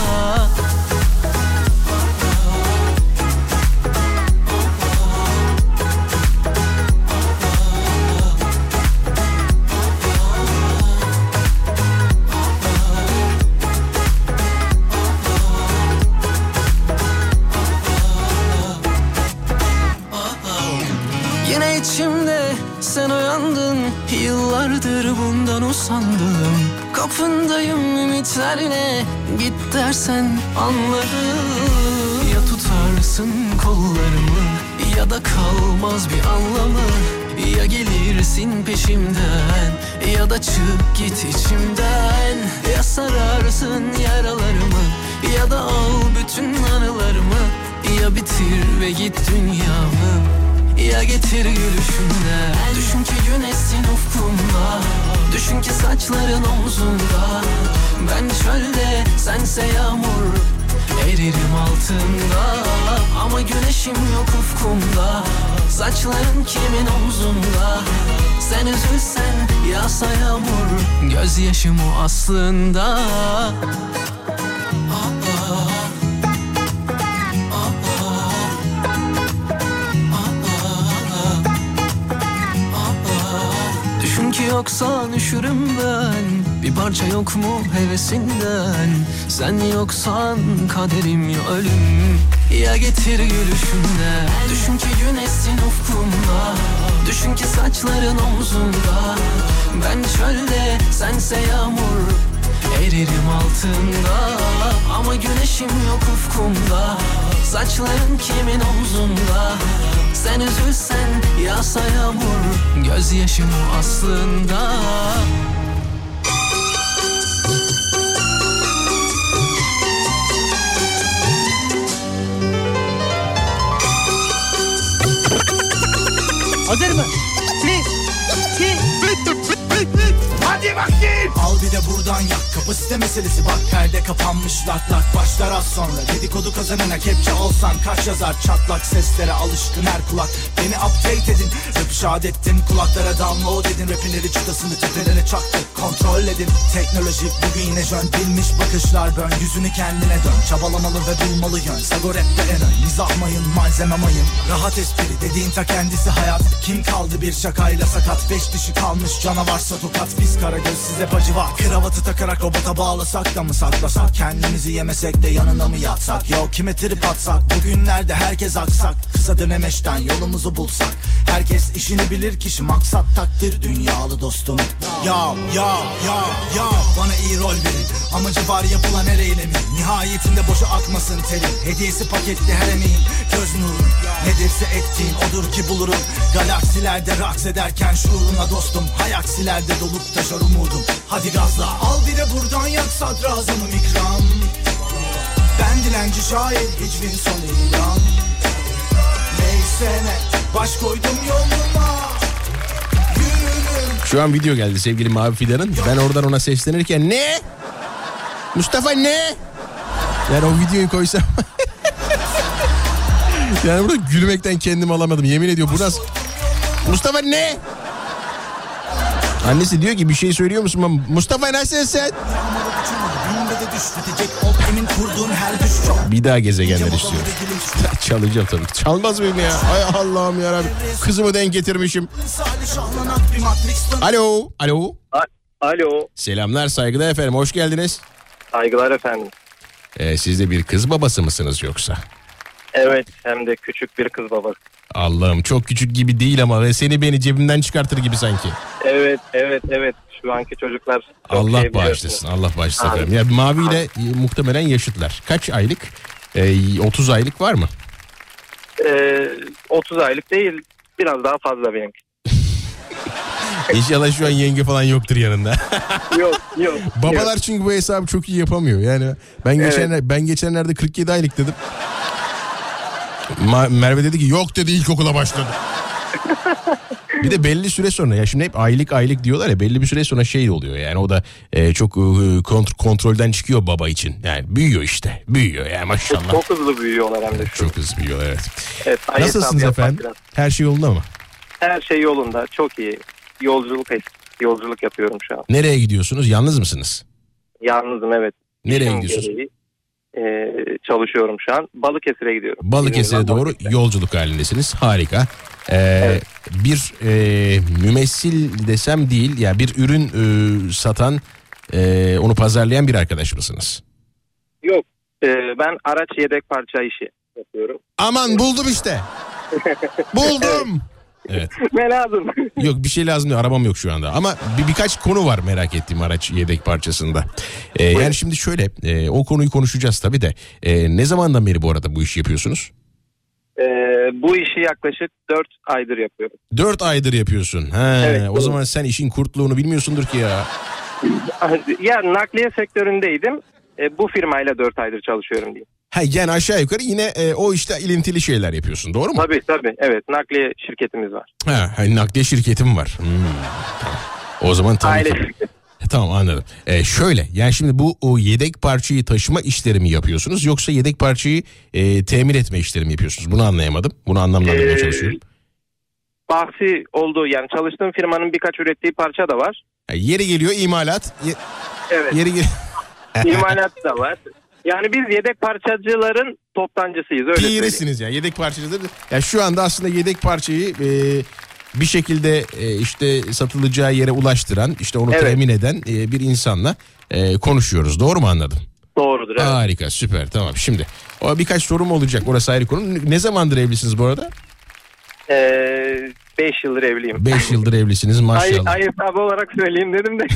Speaker 9: Yine içimde sen uyandın, yıllardır bundan usandım. Kapındayım ümitlerle, git dersen anlarım. Ya tutarsın kollarımı, ya da kalmaz bir anlamı. Ya gelirsin peşimden, ya da çık git içimden. Ya sararsın yaralarımı, ya da al bütün anılarımı. Ya bitir ve git dünyamı, ya getir gülüşümden. Düşün ki güneşsin ufkumda, düşün ki saçların omzunda. Ben çölde, sense yağmur, eririm altında. Ama güneşim yok ufkumda, saçların kimin omzunda. Sen üzülsen yağsa yağmur, gözyaşım o aslında. Düşün ki yoksan üşürüm ben, bir parça yok mu hevesinden. Sen yoksan kaderim ya ölüm, ya getir gülüşümden. Düşün ki güneşsin ufkumda, düşün ki saçların omzunda. Ben çölde, sense yağmur, eririm altında. Ama güneşim yok ufkumda, saçların kimin omzunda. Sen üzülsen yağsa yağmur, gözyaşım o aslında.
Speaker 12: Hazır mı?
Speaker 13: Hadi bakayım. Al bir de buradan yak, kapasite meselesi bak, perde kapanmış lak lak başlar az sonra. Dedikodu kazanana kepçe olsan kaç yazar, çatlak seslere alışkın her kulak. Beni update edin, rap'i şahit ettim, kulaklara download edin. Rapinleri çıtasını tepelere çaktık, kontrol edin. Teknolojik bugün yine jön, bilmiş bakışlar bön. Yüzünü kendine dön, çabalamalı ve bulmalı yön. Sago rap'te en ön, mizah mayın, malzeme mayın. Rahat espri dediğin ta kendisi hayat. Kim kaldı bir şakayla sakat, beş dişi kalmış canavarsa tokat. Biz Karagöz size bacı var, kravatı takarak robota bağlasak da mı saklasak? Kendimizi yemesek de yanına mı yatsak? Yo kime trip atsak? Bugünlerde herkes aksak. Kısa dönemeçten yolumuzu bulsak. Herkes işini bilir, kişi maksat takdir dünyalı dostum. Ya bana iyi rol verin, amacı var yapılan her eylemin. Nihayetinde boşa akmasın terin, hediyesi paketli her emeğin. Göz nurun nedirse ettiğin odur ki bulurum. Galaksilerde raks ederken şuuruna dostum. Hayaksilerde dolup taşar umudum. Hadi gazla al bir de buradan yak, sadrazamım ikram. Ben dilenci şair, hicvin son ilan. Neyse ne, baş koydum yoluma.
Speaker 1: Şu an video geldi sevgili Mavi Fidan'ın. Ben oradan ona seslenirken ne? Mustafa ne? Yani o videoyu koysam. Yani burada gülmekten kendimi alamadım. Yemin ediyorum bu nasıl? Mustafa ne? Annesi diyor ki bir şey söylüyor musun? Mustafa nasılsın? Bir daha gezegenler istiyor. Çalacağım tabii. Çalmaz mıyım ya? Ay Allah'ım yarabbim. Kızımı denk getirmişim. Alo.
Speaker 14: Alo.
Speaker 1: Selamlar, saygılar efendim. Hoş geldiniz.
Speaker 14: Saygılar efendim.
Speaker 1: Siz de bir kız babası mısınız yoksa?
Speaker 14: Evet, hem de küçük bir kız babası.
Speaker 1: Allah'ım çok küçük gibi değil ama ve seni beni cebimden çıkartır gibi sanki.
Speaker 14: Evet. Şu anki çocuklar çok
Speaker 1: Allah bağışlasın. Allah bağışlasın efendim. Ya Mavi ile muhtemelen yaşıtlar. Kaç aylık? 30 aylık var mı?
Speaker 14: 30 aylık değil, biraz daha fazla benimki.
Speaker 1: İnşallah şu an yenge falan yoktur yanında.
Speaker 14: Yok.
Speaker 1: Babalar çünkü bu hesabı çok iyi yapamıyor. Yani ben geçenlerde 47 aylık dedim. Merve dedi ki yok dedi, ilkokula başladı. Bir de belli süre sonra ya şimdi hep aylık diyorlar ya, belli bir süre sonra şey oluyor yani, o da çok kontrolden çıkıyor baba için. Yani büyüyor yani maşallah.
Speaker 14: Çok hızlı büyüyorlar hem de.
Speaker 1: Çok hızlı büyüyorlar, evet.
Speaker 14: Evet,
Speaker 1: nasılsınız efendim?
Speaker 14: Biraz.
Speaker 1: Her şey yolunda mı?
Speaker 14: Her şey yolunda, çok iyi. Yolculuk yapıyorum şu an.
Speaker 1: Nereye gidiyorsunuz? Yalnız mısınız?
Speaker 14: Yalnızım, evet.
Speaker 1: Nereye gidiyorsunuz?
Speaker 14: Çalışıyorum şu an. Balıkesir'e gidiyorum.
Speaker 1: Balıkesir'e doğru yolculuk halindesiniz. Harika.
Speaker 14: Evet.
Speaker 1: Bir mümessil desem değil ya, bir ürün satan, onu pazarlayan bir arkadaş mısınız?
Speaker 14: Yok. Ben araç yedek parça işi yapıyorum.
Speaker 1: Aman buldum işte. Buldum. Evet.
Speaker 14: Ne lazım?
Speaker 1: Yok, bir şey lazım değil, arabam yok şu anda. Ama birkaç konu var merak ettiğim araç yedek parçasında. Yani şimdi şöyle, o konuyu konuşacağız tabii de. Ne zamandan beri bu arada bu işi yapıyorsunuz?
Speaker 14: Bu işi yaklaşık 4 aydır yapıyorum.
Speaker 1: 4 aydır yapıyorsun.
Speaker 14: Evet,
Speaker 1: o zaman sen işin kurtluğunu bilmiyorsundur ki ya.
Speaker 14: Ya nakliye sektöründeydim. Bu firmayla 4 aydır çalışıyorum diyeyim.
Speaker 1: Yani aşağı yukarı yine o işte ilintili şeyler yapıyorsun, doğru mu?
Speaker 14: Tabii, evet, nakliye şirketimiz var.
Speaker 1: Nakliye şirketim var. O zaman tabii
Speaker 14: aile
Speaker 1: ki. Tamam, anladım. Şöyle yani şimdi bu o yedek parçayı taşıma işleri mi yapıyorsunuz, yoksa yedek parçayı temin etme işleri mi yapıyorsunuz? Bunu anlayamadım. Bunu anlamlandırmaya çalışıyorum.
Speaker 14: Bahsi olduğu, yani çalıştığım firmanın birkaç ürettiği parça da var.
Speaker 1: Yeri geliyor imalat.
Speaker 14: Evet. İmalat da var. Yani biz yedek parçacıların toptancısıyız. Öyle
Speaker 1: Piresiniz ya, yedek parçacıdır. Ya şu anda aslında yedek parçayı bir şekilde işte satılacağı yere ulaştıran, işte onu temin eden bir insanla konuşuyoruz. Doğru mu anladım?
Speaker 14: Doğrudur. Evet.
Speaker 1: Harika, süper, tamam. Şimdi o birkaç sorum olacak, orası ayrı konu. Ne zamandır evlisiniz bu arada?
Speaker 14: 5 yıldır evliyim.
Speaker 1: 5 yıldır evlisiniz maşallah.
Speaker 14: Ay hesabı olarak söyleyeyim dedim de.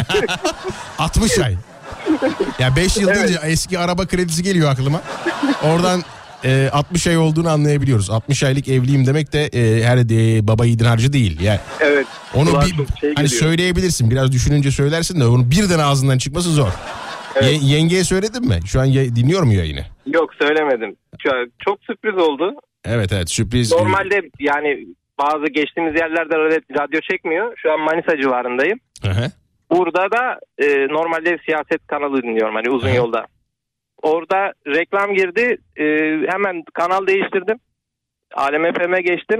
Speaker 1: 60 ay. Ya 5 yıl deyince eski araba kredisi geliyor aklıma. Oradan 60 ay olduğunu anlayabiliyoruz. 60 aylık evliyim demek de her baba yiğidin harcı değil. Yani
Speaker 14: evet.
Speaker 1: Onu hani söyleyebilirsin. Biraz düşününce söylersin de onu birden ağzından çıkması zor. Evet. Yengeye söyledin mi? Şu an dinliyor mu yayını?
Speaker 14: Yok, söylemedim. Çok sürpriz oldu.
Speaker 1: Evet, sürpriz.
Speaker 14: Normalde yani bazı geçtiğimiz yerlerde radyo çekmiyor. Şu an Manisa civarındayım.
Speaker 1: Hı.
Speaker 14: Burada da normalde siyaset kanalı dinliyorum, hani uzun yolda. Orada reklam girdi. Hemen kanal değiştirdim. Alem FM'e geçtim.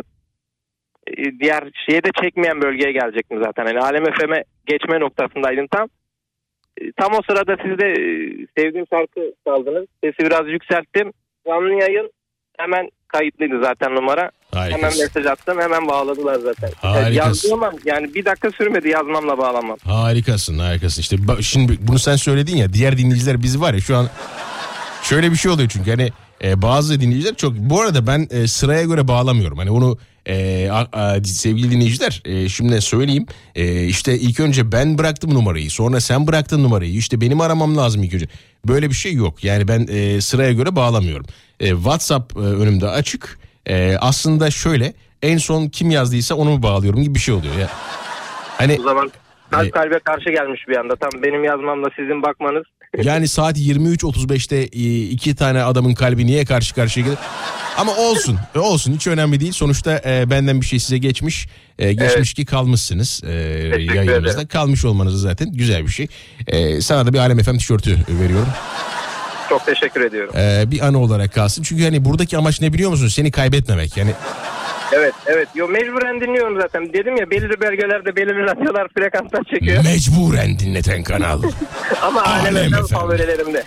Speaker 14: Diğer şeye de çekmeyen bölgeye gelecektim zaten. Yani Alem FM'e geçme noktasındaydım tam. Tam o sırada siz de sevdiğim şarkı çaldınız. Sesi biraz yükselttim. Canlı yayın, hemen kayıtlıydı zaten numara.
Speaker 1: Harikasın.
Speaker 14: Hemen mesaj attım, hemen bağladılar zaten.
Speaker 1: Harikasın.
Speaker 14: Yazdım ama yani bir dakika sürmedi yazmamla bağlamam.
Speaker 1: Harikasın. İşte şimdi bunu sen söyledin ya, diğer dinleyiciler bizi var ya şu an şöyle bir şey oluyor çünkü hani bazı dinleyiciler çok, bu arada ben sıraya göre bağlamıyorum. Hani onu sevgili dinleyiciler şimdi söyleyeyim, işte ilk önce ben bıraktım numarayı, sonra sen bıraktın numarayı, işte benim aramam lazım ilk önce. Böyle bir şey yok yani, ben sıraya göre bağlamıyorum. WhatsApp önümde açık. Aslında şöyle, en son kim yazdıysa onu mu bağlıyorum gibi bir şey oluyor ya. Hani
Speaker 14: o zaman kalbe karşı gelmiş bir anda, tam benim yazmamla sizin bakmanız.
Speaker 1: Yani saat 23.35'te iki tane adamın kalbi niye karşı karşıya gelir? Ama olsun hiç önemli değil. Sonuçta benden bir şey size geçmiş ki kalmışsınız yayınımızda. Kalmış olmanız zaten güzel bir şey. Sana da bir Alem FM tişörtü veriyorum.
Speaker 14: Çok teşekkür ediyorum.
Speaker 1: Bir anı olarak kalsın. Çünkü hani buradaki amaç ne biliyor musun? Seni kaybetmemek. Yani
Speaker 14: Evet. Yo, mecburen dinliyorum zaten. Dedim ya, belirli bölgelerde belirli radyolar frekanslar çekiyor.
Speaker 1: Mecburen dinleten kanal.
Speaker 14: Ama Alem FM favorilerimde.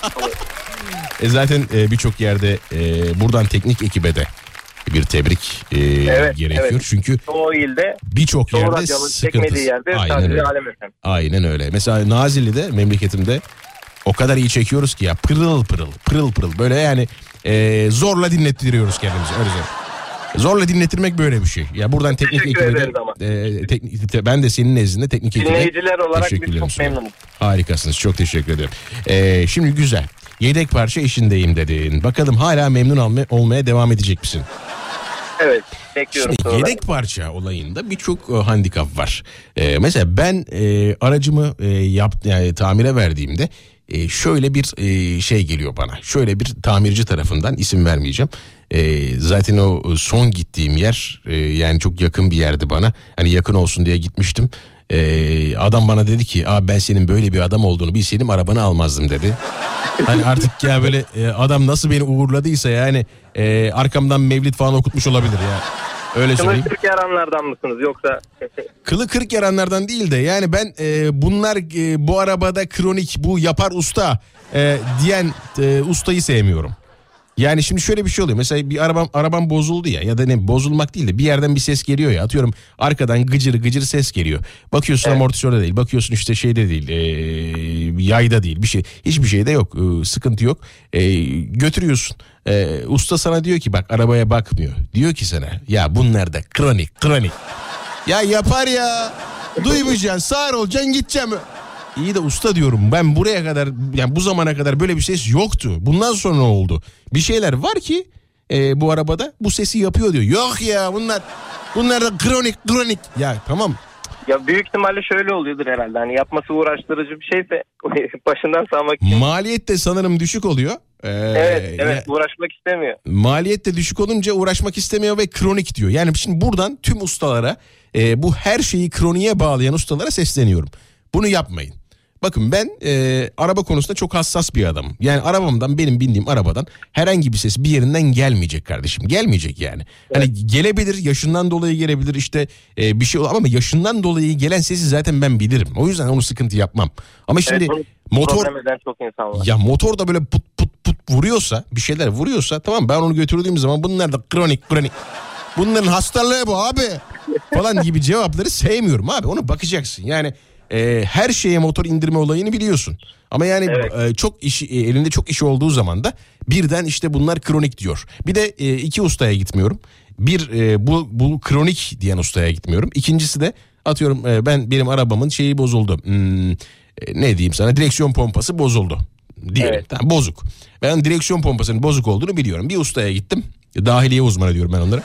Speaker 1: Zaten birçok yerde buradan teknik ekibe de bir tebrik gerekiyor. Evet. Çünkü
Speaker 14: o ilde
Speaker 1: birçok yerde sıkıntısı. Aynen öyle. Mesela Nazilli'de, memleketimde o kadar iyi çekiyoruz ki ya, pırıl pırıl böyle yani zorla dinlettiriyoruz kendimizi, öyle söyleyeyim. Zorla dinletirmek böyle bir şey. Ya buradan teknik ekibe de ben de senin nezdinde teknik ekibe
Speaker 14: dinleyiciler olarak biz çok memnunuz.
Speaker 1: Harikasınız, çok teşekkür ederim. Şimdi güzel. Yedek parça işindeyim dedin. Bakalım hala memnun olmaya devam edecek misin?
Speaker 14: Evet, bekliyorum.
Speaker 1: Şimdi yedek parça olayında birçok handikap var. Mesela ben aracımı tamire verdiğimde şöyle bir şey geliyor bana. Şöyle bir tamirci tarafından, isim vermeyeceğim. Zaten o son gittiğim yer yani çok yakın bir yerdi bana. Hani yakın olsun diye gitmiştim. Adam bana dedi ki abi ben senin böyle bir adam olduğunu bilseydim arabanı almazdım dedi. Hani artık ya böyle adam nasıl beni uğurladıysa yani arkamdan mevlid falan okutmuş olabilir ya. Öyle söyleyeyim.
Speaker 14: Kılı kırk yaranlardan mısınız yoksa?
Speaker 1: Kılı kırk yaranlardan değil de yani ben bunlar bu arabada kronik bu yapar usta diyen ustayı sevmiyorum. Yani şimdi şöyle bir şey oluyor. Mesela bir arabam bozuldu ya da ne bozulmak değil de bir yerden bir ses geliyor ya. Atıyorum arkadan gıcır gıcır ses geliyor. Bakıyorsun amortisörde değil. Bakıyorsun işte şeyde değil. Yayda değil. Bir şey. Hiçbir şeyde yok. Sıkıntı yok. Götürüyorsun. Usta sana diyor ki bak arabaya bakmıyor. Diyor ki sana ya bunlar da kronik. Ya yapar ya. Duymayacaksın, sağır olacaksın, gideceğim. İyi de usta diyorum ben buraya kadar yani bu zamana kadar böyle bir ses yoktu. Bundan sonra oldu. Bir şeyler var ki bu arabada bu sesi yapıyor diyor. Yok ya bunlar da kronik. Ya tamam.
Speaker 14: Ya büyük ihtimalle şöyle oluyordur herhalde. Hani yapması uğraştırıcı bir şeyse başından sağmak için.
Speaker 1: Maliyet de sanırım düşük oluyor.
Speaker 14: Evet uğraşmak istemiyor.
Speaker 1: Maliyet de düşük olunca uğraşmak istemiyor ve kronik diyor. Yani şimdi buradan tüm ustalara bu her şeyi kroniğe bağlayan ustalara sesleniyorum. Bunu yapmayın. Bakın ben araba konusunda çok hassas bir adamım. Yani arabamdan benim bindiğim arabadan herhangi bir ses bir yerinden gelmeyecek kardeşim. Gelmeyecek yani. Evet. Hani gelebilir yaşından dolayı gelebilir işte bir şey ama yaşından dolayı gelen sesi zaten ben bilirim. O yüzden onu sıkıntı yapmam. Ama şimdi motor
Speaker 14: çok insan var.
Speaker 1: Ya motor da böyle put vuruyorsa bir şeyler vuruyorsa tamam ben onu götürdüğüm zaman bunlar da kronik. Bunların hastalığı bu abi falan gibi cevapları sevmiyorum abi. Ona bakacaksın yani. Her şeye motor indirme olayını biliyorsun. Ama yani çok iş elinde çok iş olduğu zaman da birden işte bunlar kronik diyor. Bir de iki ustaya gitmiyorum. Bir bu kronik diyen ustaya gitmiyorum. İkincisi de atıyorum benim arabamın şeyi bozuldu. Ne diyeyim sana direksiyon pompası bozuldu. Diyelim. Evet. Tamam, bozuk. Ben direksiyon pompasının bozuk olduğunu biliyorum. Bir ustaya gittim. Dahiliye uzmanı diyorum ben onlara.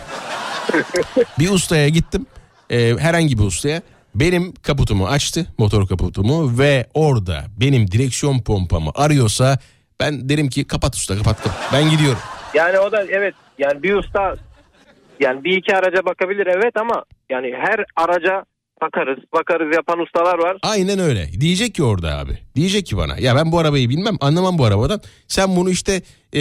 Speaker 1: Bir ustaya gittim. Herhangi bir ustaya. Benim kaputumu açtı, motor kaputumu ve orada benim direksiyon pompamı arıyorsa ben derim ki kapat usta kapat. Ben gidiyorum.
Speaker 14: Yani o da evet yani bir usta yani bir iki araca bakabilir evet ama yani her araca bakarız yapan ustalar var.
Speaker 1: Aynen öyle. Diyecek ki orada abi. Diyecek ki bana ya ben bu arabayı bilmem anlamam bu arabadan. Sen bunu işte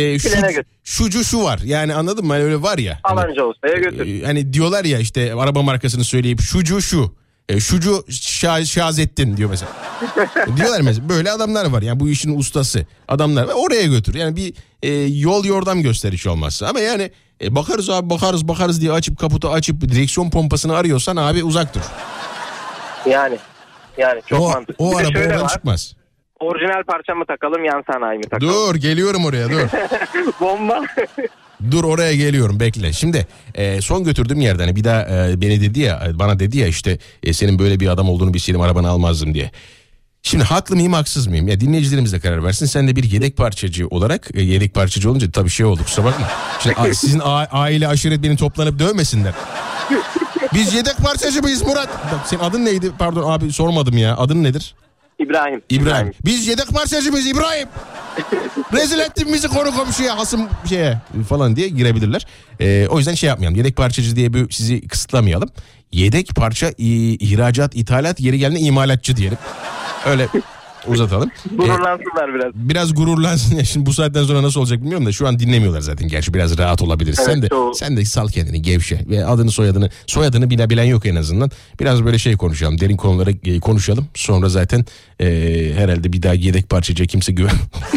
Speaker 1: şu var yani anladın mı? Hani öyle var ya.
Speaker 14: Falanca ustaya götür.
Speaker 1: Hani diyorlar ya işte araba markasını söyleyip şucu. Şucu Şazettin diyor mesela. Diyorlar mesela böyle adamlar var yani bu işin ustası adamlar var oraya götür yani bir yol yordam gösteriş olmazsa ama yani bakarız abi bakarız diye açıp kaputu açıp direksiyon pompasını arıyorsan abi uzak dur.
Speaker 14: Yani çok mantıklı.
Speaker 1: O araba oradan çıkmaz.
Speaker 14: Orijinal parça mı takalım yan sanayi mi takalım?
Speaker 1: Dur geliyorum oraya dur.
Speaker 14: Bomba.
Speaker 1: Dur oraya geliyorum bekle. Şimdi son götürdüğüm yerden bir daha bana dedi ya işte senin böyle bir adam olduğunu bilseydim arabanı almazdım diye. Şimdi haklı mıyım haksız mıyım? Ya dinleyicilerimiz de karar versin. Sen de bir yedek parçacı olarak yedek parçacı olunca tabii şey oldu kusura bakma. Şimdi sizin aile aşiret beni toplanıp dövmesinler. Biz yedek parçacı mıyız Murat? Senin adın neydi? Pardon abi sormadım ya. Adın nedir?
Speaker 14: İbrahim.
Speaker 1: Biz yedek parçacı mıyız İbrahim? Rezil ettin bizi konu komşuya hasım falan diye girebilirler. O yüzden şey yapmayalım. Yedek parçacı diye sizi kısıtlamayalım. Yedek parça ihracat, ithalat yeri geldiğinde imalatçı diyelim. Öyle uzatalım.
Speaker 14: Gururlansınlar biraz.
Speaker 1: Biraz gururlansın. Şimdi bu saatten sonra nasıl olacak bilmiyorum da şu an dinlemiyorlar zaten. Gerçi biraz rahat olabiliriz. Evet, sen de sal kendini gevşe ve adını soyadını bilen yok en azından. Biraz böyle konuşalım. Derin konulara konuşalım. Sonra zaten herhalde bir daha yedek parçacıya kimse güven.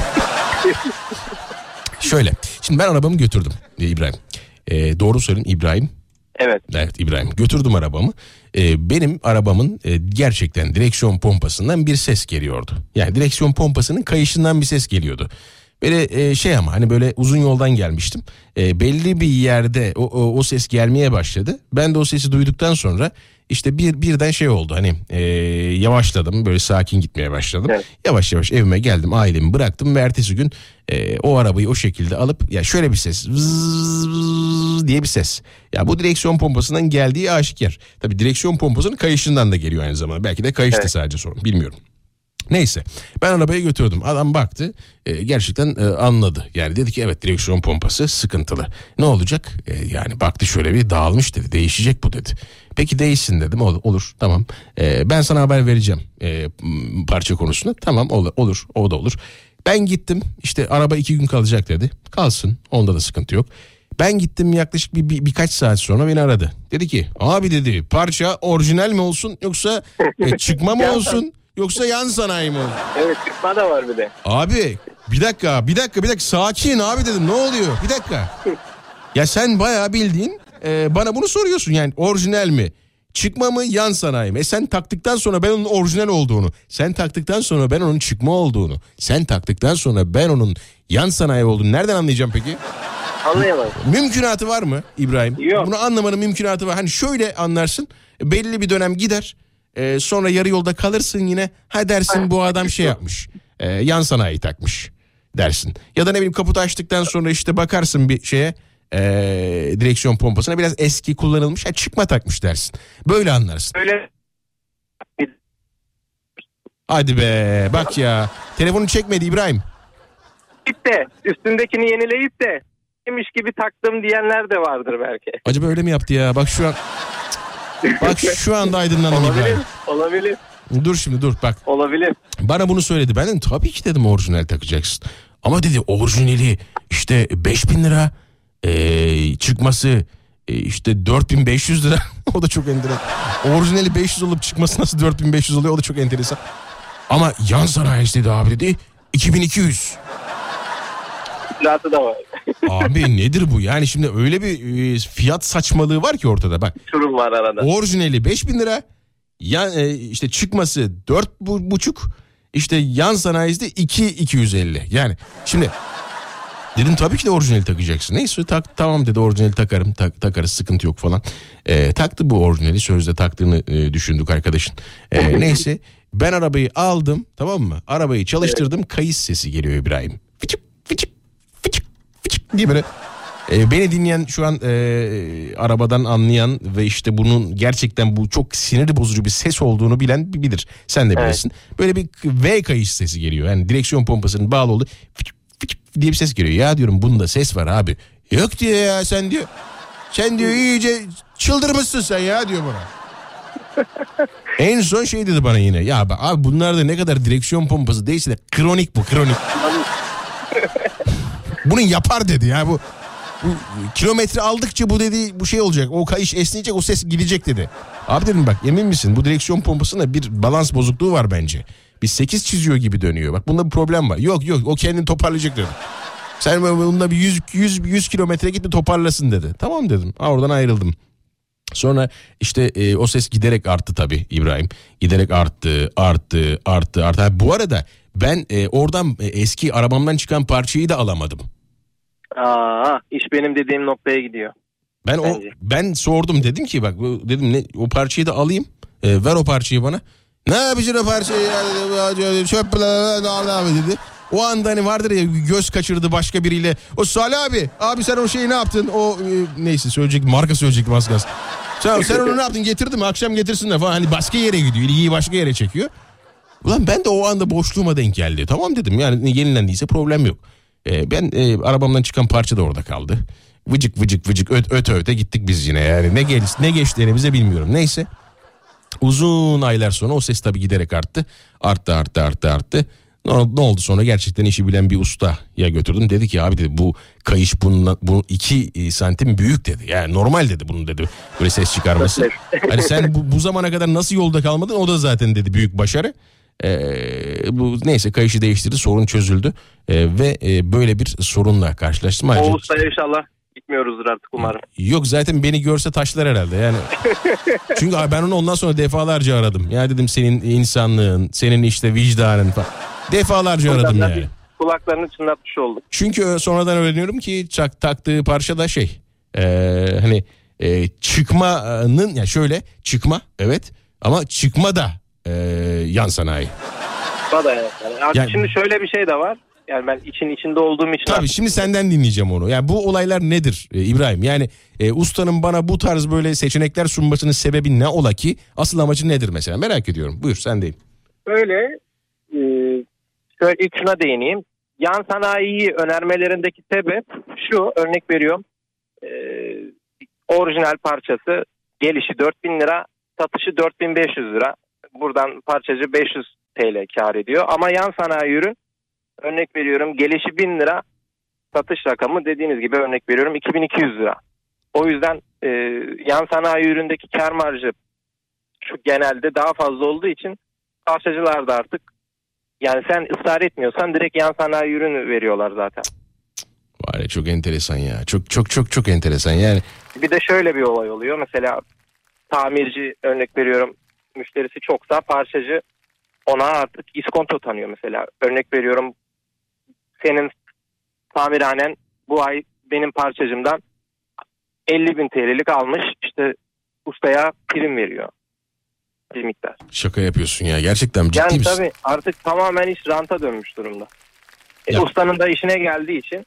Speaker 1: Şöyle. Şimdi ben arabamı götürdüm İbrahim. Doğru söyleyeyim İbrahim.
Speaker 14: Evet
Speaker 1: İbrahim götürdüm arabamı. Benim arabamın gerçekten direksiyon pompasından bir ses geliyordu. Yani direksiyon pompasının kayışından bir ses geliyordu. Böyle ama hani böyle uzun yoldan gelmiştim. Belli bir yerde o ses gelmeye başladı. Ben de o sesi duyduktan sonra işte birden oldu hani yavaşladım böyle sakin gitmeye başladım. Evet. Yavaş yavaş evime geldim ailemi bıraktım ve ertesi gün o arabayı o şekilde alıp ya şöyle bir ses vzzz diye bir ses. Ya bu direksiyon pompasından geldiği aşikar. Tabii direksiyon pompasının kayışından da geliyor aynı zamanda. Belki de kayıştı sadece sorun bilmiyorum. Neyse ben arabayı götürdüm. Adam baktı gerçekten anladı. Yani dedi ki evet direksiyon pompası sıkıntılı. Ne olacak? Yani baktı şöyle bir dağılmış dedi. Değişecek bu dedi. Peki değişsin dedim. Olur tamam. Ben sana haber vereceğim parça konusunda. Tamam olur o da olur. Ben gittim işte araba 2 gün kalacak dedi. Kalsın onda da sıkıntı yok. Ben gittim yaklaşık birkaç saat sonra beni aradı. Dedi ki abi dedi parça orijinal mi olsun yoksa çıkma mı olsun yoksa yan sanayi mi olsun?
Speaker 14: Evet çıkma da var bir de.
Speaker 1: Abi bir dakika sakin abi dedim ne oluyor bir dakika. Ya sen bayağı bildiğin bana bunu soruyorsun yani orijinal mi? Çıkma mı yan sanayi mi? Sen taktıktan sonra ben onun orijinal olduğunu, sen taktıktan sonra ben onun çıkma olduğunu, sen taktıktan sonra ben onun yan sanayi olduğunu nereden anlayacağım peki?
Speaker 14: Anlayamadım.
Speaker 1: Mümkünatı var mı İbrahim?
Speaker 14: Yok.
Speaker 1: Bunu anlamanın mümkünatı var. Hani şöyle anlarsın belli bir dönem gider sonra yarı yolda kalırsın yine ha dersin bu adam şey yapmış yan sanayi takmış dersin. Ya da ne bileyim kaputu açtıktan sonra işte bakarsın bir şeye direksiyon pompasına biraz eski kullanılmış çıkma takmış dersin. Böyle anlarsın.
Speaker 14: Öyle.
Speaker 1: Hadi be bak ya telefonu çekmedi İbrahim.
Speaker 14: De üstündekini yenileyip de demiş gibi taktım diyenler de vardır belki.
Speaker 1: Acaba öyle mi yaptı ya? Bak şu anda aydınlandım İbrahim.
Speaker 14: Olabilir.
Speaker 1: Dur şimdi dur bak.
Speaker 14: Olabilir.
Speaker 1: Bana bunu söyledi. Ben dedim tabii ki dedim orijinal takacaksın. Ama dedi orijinali işte 5.000 lira çıkması işte 4.500 lira. O da çok enteresan. Orijinali 500 olup çıkması nasıl 4.500 oluyor o da çok enteresan. Ama yan sanayisi dedi abi dedi 2.200.
Speaker 14: Fiyatı da var.
Speaker 1: Abi nedir bu? Yani şimdi öyle bir fiyat saçmalığı var ki ortada bak.
Speaker 14: Uçurum var arada.
Speaker 1: Orijinali 5.000 lira. İşte çıkması 4.5 işte yan sanayisi de 2.250. Yani şimdi dedim tabii ki de orijinali takacaksın. Neyse tamam dedi orijinali takarım takarız sıkıntı yok falan. Taktı bu orijinali sözde taktığını düşündük arkadaşın. Neyse ben arabayı aldım tamam mı? Arabayı çalıştırdım kayış sesi geliyor İbrahim. Fıçık fıçık fıçık fıçık diye böyle. Beni dinleyen şu an arabadan anlayan ve işte bunun gerçekten bu çok sinir bozucu bir ses olduğunu bilen bilir. Sen de bilirsin. Evet. Böyle bir V kayış sesi geliyor. Yani direksiyon pompasının bağlı olduğu fıçık fıçık diye bir ses geliyor. Ya diyorum bunda ses var abi. Yok diyor ya sen diyor. Sen diyor iyice çıldırmışsın sen ya diyor bana. En son şey dedi bana yine. Ya abi bunlar da ne kadar direksiyon pompası değilse de kronik bu kronik. Bunu yapar dedi ya bu kilometre aldıkça bu dedi bu şey olacak. O kayış esneyecek o ses gidecek dedi. Abi dedim bak emin misin bu direksiyon pompasında bir balans bozukluğu var bence. Bir 8 çiziyor gibi dönüyor. Bak bunda bir problem var. Yok o kendini toparlayacak dedi. Sen bunda bir 100 kilometre git bir toparlasın dedi. Tamam dedim. Oradan ayrıldım. Sonra işte o ses giderek arttı tabii İbrahim. Giderek arttı. Bu arada ben oradan eski arabamdan çıkan parçayı da alamadım.
Speaker 14: İş benim dediğim noktaya gidiyor.
Speaker 1: Ben sordum dedim ki bak dedim o parçayı da alayım. Ver o parçayı bana. Ne yapacaksın o parçayı ya çöp dedi. O anda hani vardır ya göz kaçırdı başka biriyle. O Salih abi sen o şeyi ne yaptın? O neyse marka söyleyecektim az kalsın. Sen onu ne yaptın getirdin mi akşam getirsinler falan. Hani başka yere gidiyor ilgiyi başka yere çekiyor. Ulan ben de o anda boşluğuma denk geldi. Tamam dedim yani yenilendiyse problem yok. Ben arabamdan çıkan parça da orada kaldı. Vıcık öte gittik biz yine yani ne geçti elimize bilmiyorum. Neyse uzun aylar sonra o ses tabii giderek arttı. Arttı. Ne oldu sonra gerçekten işi bilen bir ustaya götürdüm. Dedi ki abi dedi bu kayış bu 2 santim büyük dedi. Yani normal dedi bunun dedi böyle ses çıkarması. Hani sen bu zamana kadar nasıl yolda kalmadın o da zaten dedi büyük başarı. Bu neyse kayışı değiştirdi sorun çözüldü ve böyle bir sorunla karşılaştım.
Speaker 14: O ustaya inşallah gitmiyoruzdur artık umarım.
Speaker 1: Yok zaten beni görse taşlar herhalde yani. Çünkü ben onu ondan sonra defalarca aradım. Ya dedim senin insanlığın, senin işte vicdanın falan. Defalarca aradım yani.
Speaker 14: Kulaklarını çınlatmış olduk.
Speaker 1: Çünkü sonradan öğreniyorum ki taktığı parça da hani çıkmanın ya şöyle çıkma evet ama çıkma da yan sanayi.
Speaker 14: Yani şimdi şöyle bir şey de var. Yani ben içinde olduğum için...
Speaker 1: Tabii şimdi senden dinleyeceğim onu. Yani bu olaylar nedir İbrahim? Yani ustanın bana bu tarz böyle seçenekler sunmasının sebebi ne ola ki? Asıl amacı nedir mesela? Merak ediyorum. Buyur sendeyim.
Speaker 14: Öyle şöyle ilk şuna değineyim. Yan sanayiyi önermelerindeki sebep şu, örnek veriyorum. Orijinal parçası gelişi 4.000 lira, satışı 4.500 lira. Buradan parçacı 500 TL kar ediyor. Ama yan sanayi ürün, örnek veriyorum, gelişi 1.000 lira, satış rakamı dediğiniz gibi örnek veriyorum 2.200 lira. O yüzden yan sanayi üründeki kar marjı şu genelde daha fazla olduğu için parçacılar da artık, yani sen ısrar etmiyorsan direkt yan sanayi ürünü veriyorlar zaten.
Speaker 1: Var ya, çok enteresan ya. Çok enteresan yani.
Speaker 14: Bir de şöyle bir olay oluyor. Mesela tamirci, örnek veriyorum, müşterisi çoksa parçacı ona artık iskonto tanıyor mesela. Örnek veriyorum, senin tamirhanen bu ay benim parçacımdan 50.000 TL'lik almış, işte ustaya prim veriyor bir miktar.
Speaker 1: Şaka yapıyorsun ya, gerçekten ciddi
Speaker 14: yani
Speaker 1: misin?
Speaker 14: Tabii artık tamamen iş ranta dönmüş durumda. Ustanın da işine geldiği için.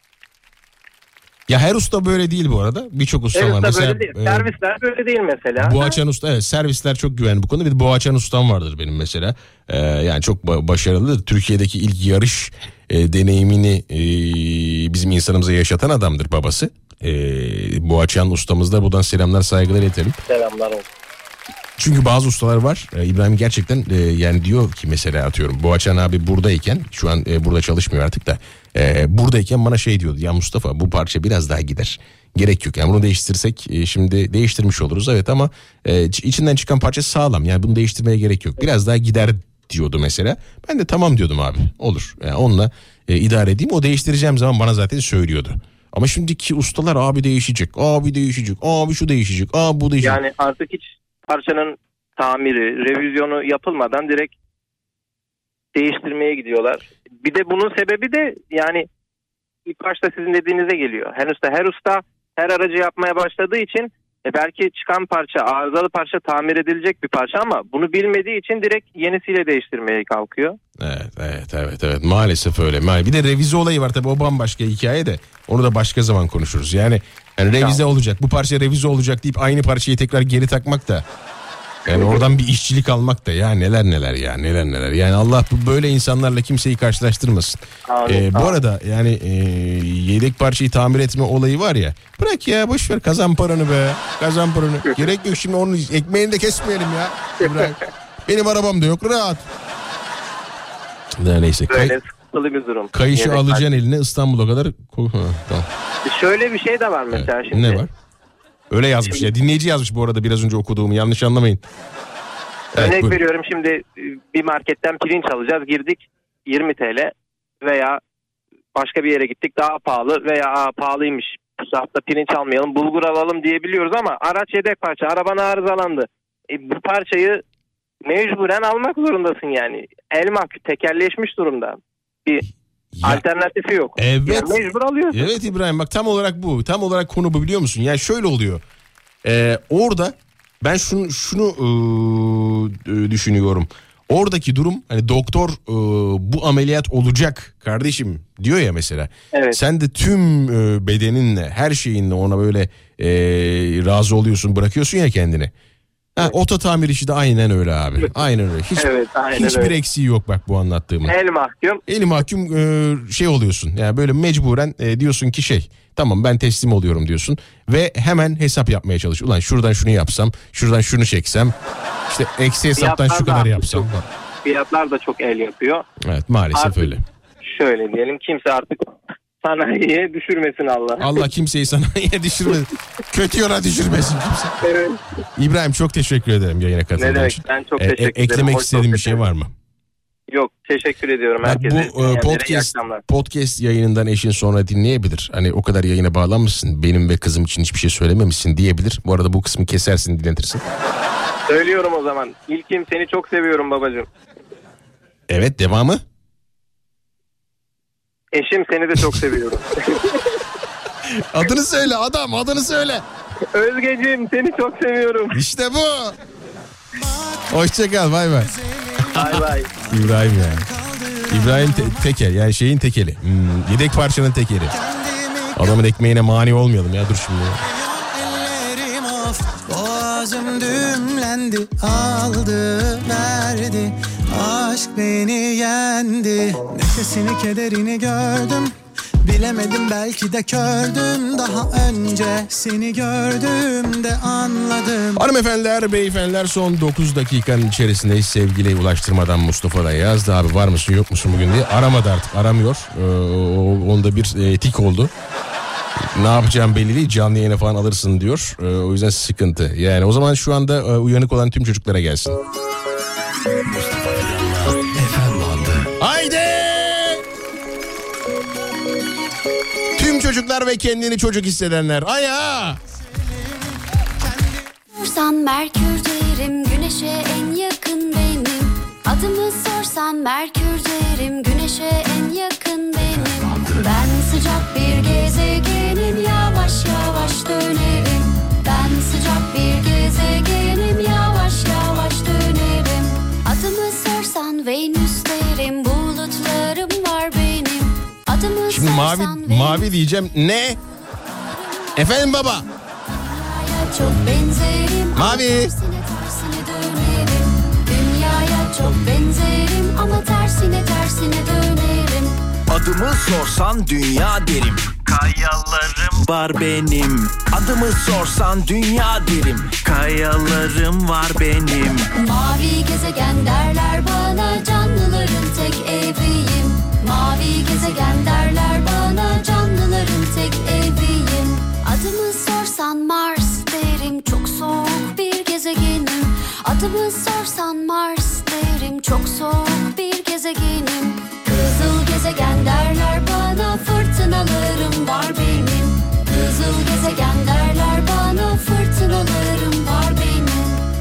Speaker 1: Ya her usta böyle değil bu arada. Birçok usta var.
Speaker 14: Mesela, böyle değil. Servisler böyle değil mesela.
Speaker 1: Boğaçan usta, evet, servisler çok güvenli bu konuda. Bir de Boğaçan ustam vardır benim mesela. Yani çok başarılıdır. Türkiye'deki ilk yarış deneyimini bizim insanımıza yaşatan adamdır babası. Boğaçan ustamız da buradan selamlar, saygılar iletelim.
Speaker 14: Selamlar olsun.
Speaker 1: Çünkü bazı ustalar var. İbrahim gerçekten yani diyor ki mesela, atıyorum Boğaçan abi buradayken, şu an burada çalışmıyor artık da, buradayken bana şey diyordu. Ya Mustafa, bu parça biraz daha gider. Gerek yok. Yani bunu değiştirsek şimdi değiştirmiş oluruz evet, ama içinden çıkan parça sağlam. Yani bunu değiştirmeye gerek yok. Biraz daha gider diyordu mesela. Ben de tamam diyordum abi. Olur. Yani onunla idare edeyim. O değiştireceğim zaman bana zaten söylüyordu. Ama şimdiki ustalar abi değişecek. Abi değişecek. Abi şu değişecek. Abi bu değişecek.
Speaker 14: Yani artık hiç parçanın tamiri, revizyonu yapılmadan direkt değiştirmeye gidiyorlar. Bir de bunun sebebi de yani ilk başta sizin dediğinize geliyor. Her usta her aracı yapmaya başladığı için belki çıkan parça, arızalı parça tamir edilecek bir parça ama bunu bilmediği için direkt yenisiyle değiştirmeye kalkıyor.
Speaker 1: Evet maalesef öyle. Bir de revize olayı var tabii, o bambaşka hikaye de, onu da başka zaman konuşuruz. Yani revize olacak, bu parça revize olacak deyip aynı parçayı tekrar geri takmak da, yani oradan bir işçilik almak da ya neler yani Allah böyle insanlarla kimseyi karşılaştırmasın. Bu arada yani yedek parçayı tamir etme olayı var ya, bırak ya, boş ver, kazan paranı gerek yok şimdi, onun ekmeğini de kesmeyelim ya İbrahim. Benim arabam da yok, rahat. Neyse,
Speaker 14: böyle sıkıntılı bir durum.
Speaker 1: Kayışı yedek alacaksın eline, İstanbul'a kadar. Tamam.
Speaker 14: Şöyle bir şey de var mesela şimdi.
Speaker 1: Ne var? Öyle yazmış ya. Dinleyici yazmış bu arada, biraz önce okuduğumu, yanlış anlamayın.
Speaker 14: Örnek veriyorum, şimdi bir marketten pirinç alacağız, girdik 20 TL veya başka bir yere gittik daha pahalı veya pahalıymış, bu hafta pirinç almayalım, bulgur alalım diyebiliyoruz ama araç yedek parça, araban arızalandı. Bu parçayı mecburen almak zorundasın yani. El mahkum, tekelleşmiş durumda. Bir alternatifi yok.
Speaker 1: Evet.
Speaker 14: Yani mecbur alıyorsun.
Speaker 1: Evet İbrahim, bak tam olarak bu. Tam olarak konu bu, biliyor musun? Yani şöyle oluyor. Orada ben şunu düşünüyorum. Oradaki durum, hani doktor bu ameliyat olacak kardeşim diyor ya mesela.
Speaker 14: Evet.
Speaker 1: Sen de tüm bedeninle, her şeyinle ona böyle razı oluyorsun, bırakıyorsun ya kendini. Ha, oto tamir işi de aynen öyle abi. Aynen öyle. Hiçbir eksiği yok bak bu anlattığımın. El mahkum şey oluyorsun. Yani böyle mecburen diyorsun ki tamam ben teslim oluyorum diyorsun. Ve hemen hesap yapmaya çalış. Ulan şuradan şunu yapsam, şuradan şunu çeksem, işte eksi hesaptan şu kadar yapsam.
Speaker 14: Fiyatlar da çok el yapıyor.
Speaker 1: Evet maalesef artık öyle.
Speaker 14: Şöyle diyelim, kimse artık sanayiye düşürmesin Allah.
Speaker 1: Allah kimseyi sanayiye düşürmesin. Kötü yola düşürmesin kimse.
Speaker 14: Evet.
Speaker 1: İbrahim çok teşekkür ederim yayına katıldığın için.
Speaker 14: Ben çok teşekkür ederim.
Speaker 1: Eklemek istediğin bir şey var mı?
Speaker 14: Yok, teşekkür ediyorum herkese.
Speaker 1: Bu podcast yayınından eşin sonra dinleyebilir. Hani o kadar yayına bağlanmışsın, benim ve kızım için hiçbir şey söylememişsin diyebilir. Bu arada bu kısmı kesersin, dinletirsin.
Speaker 14: Söylüyorum o zaman. İlkim, seni çok seviyorum babacığım.
Speaker 1: Evet, devamı?
Speaker 14: Eşim, seni de çok seviyorum.
Speaker 1: Adını söyle adam, adını söyle.
Speaker 14: Özgeciğim, seni çok seviyorum.
Speaker 1: İşte bu. Hoşçakal, bay bay.
Speaker 14: Bay bay.
Speaker 1: İbrahim ya. İbrahim tekel, yani şeyin tekeli. Yedek parçanın tekeli. Adamın ekmeğine mani olmayalım ya, dur şimdi.
Speaker 12: Ellerim of, boğazım düğümlendi, aldı verdi. Aşk beni yendi. Nefesini, kederini gördüm. Bilemedim, belki de kördüm. Daha önce seni gördüğümde anladım.
Speaker 1: Hanımefendiler, beyefendiler, son 9 dakikanın içerisindeyiz. Sevgili Ulaştırmadan Mustafa da yazdı. Abi var mısın yok musun bugün diye. Aramadı artık, aramıyor. Onda bir tik oldu. Ne yapacağım belli değil, canlı yayına falan alırsın diyor. O yüzden sıkıntı. Yani o zaman şu anda uyanık olan tüm çocuklara gelsin.
Speaker 2: Mustafa Fidan'la FM bandı.
Speaker 1: Haydi! Tüm çocuklar ve kendini çocuk hissedenler. Aya!
Speaker 10: Sorsan Merkür derim, Güneş'e en yakın benim. Adımı sorsan Merkür derim, Güneş'e en yakın benim. Ben sıcak bir gezegenim, yavaş yavaş dönerim. Ben sıcak bir gezegenim, yavaş yavaş dönerim. Adımı sorsan Venüs derim, bulutlarım var benim. Adımı
Speaker 1: şimdi mavi diyeceğim. Ne? Efendim baba?
Speaker 10: Çok benzerim.
Speaker 1: Mavi.
Speaker 10: Tersine dönerim. Dünyaya çok benzerim ama tersine dönerim.
Speaker 11: Adımı sorsan dünya derim. Kayalarım var benim. Adımı sorsan dünya derim. Kayalarım var benim.
Speaker 10: Mavi gezegen derler bana, canlıların tek eviyim. Mavi gezegen derler bana, canlıların tek eviyim. Adımı sorsan Mars derim, çok soğuk bir gezegenim. Adımı sorsan Mars derim, çok soğuk bir gezegenim. Kızıl gezegen derler bana, fırtınalarım var benim. Kızıl gezegen derler bana, fırtınalarım var benim.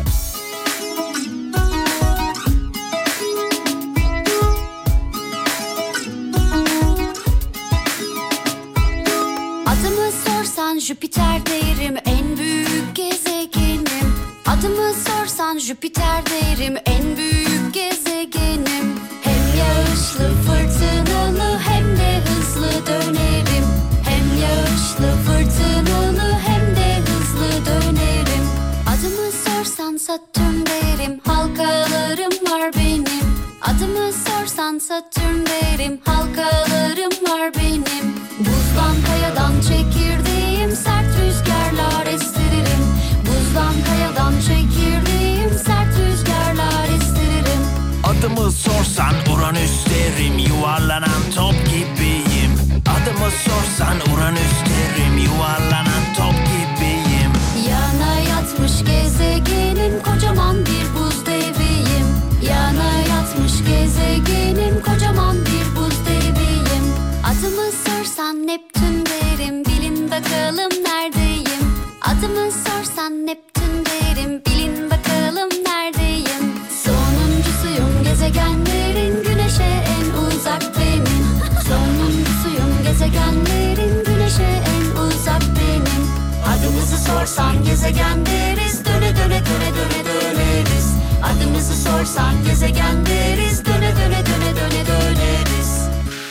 Speaker 10: Adımı sorsan Jüpiter derim, en büyük gezegenim. Adımı sorsan Jüpiter derim, en büyük gezegenim. Hem yağışlı fırtınalı hem de hızlı dönerim. Hem yağışlı fırtınalı hem de hızlı dönerim. Adımı sorsan Satürn derim, halkalarım var benim. Adımı sorsan Satürn derim, halkalarım var benim. Buzdan kayadan çekirdeğim, sert rüzgarlar estiririm. Buzdan kayadan çekirdeğim, sert rüzgarlar estiririm.
Speaker 11: Adımı sorsan Uranüs derim, yuvarlanan top gibiyim. Adımı sorsan Uranüs derim, yuvarlanan top gibiyim.
Speaker 10: Yana yatmış gezegenim, kocaman bir buz deviyim. Yana yatmış gezegenim, kocaman bir buz deviyim. Adımı sorsan Neptün derim, bilin bakalım neredeyim. Adımı sorsan Neptün derim, bilin bakalım neredeyim. Sonuncusuyum gezegenlerin, Güneş'e en uzak benim. Sonuncusuyum gezegenlerin, Güneş'e en uzak benim. Adımızı sorsan gezegen deriz, döne döne döne döne döneriz. Adımızı sorsan gezegen deriz, döne döne döne döne döneriz.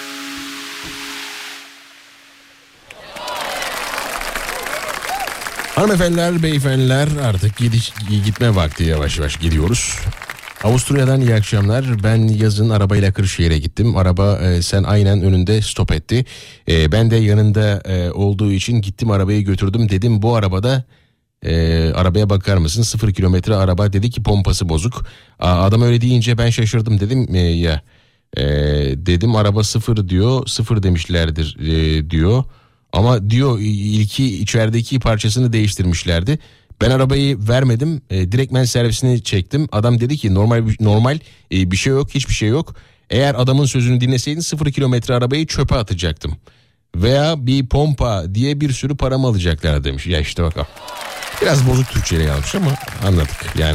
Speaker 1: Hanımefendiler, beyefendiler, artık gitme vakti, yavaş yavaş gidiyoruz. Avusturya'dan iyi akşamlar. Ben yazın arabayla Kırşehir'e gittim. Araba sen aynen önünde stop etti. Ben de yanında olduğu için gittim, arabayı götürdüm. Dedim bu arabada arabaya bakar mısın? 0 kilometre araba, dedi ki pompası bozuk. Adam öyle deyince ben şaşırdım, dedim dedim araba 0 diyor, 0 demişlerdir diyor. Ama diyor içerideki parçasını değiştirmişlerdi. Ben arabayı vermedim. Direktmen servisini çektim. Adam dedi ki normal bir şey yok, hiçbir şey yok. Eğer adamın sözünü dinleseydin 0 kilometre arabayı çöpe atacaktım. Veya bir pompa diye bir sürü paramı alacaklar demiş. Ya işte bakalım. Biraz bozuk Türkçeyle yazmış ama anladık yani.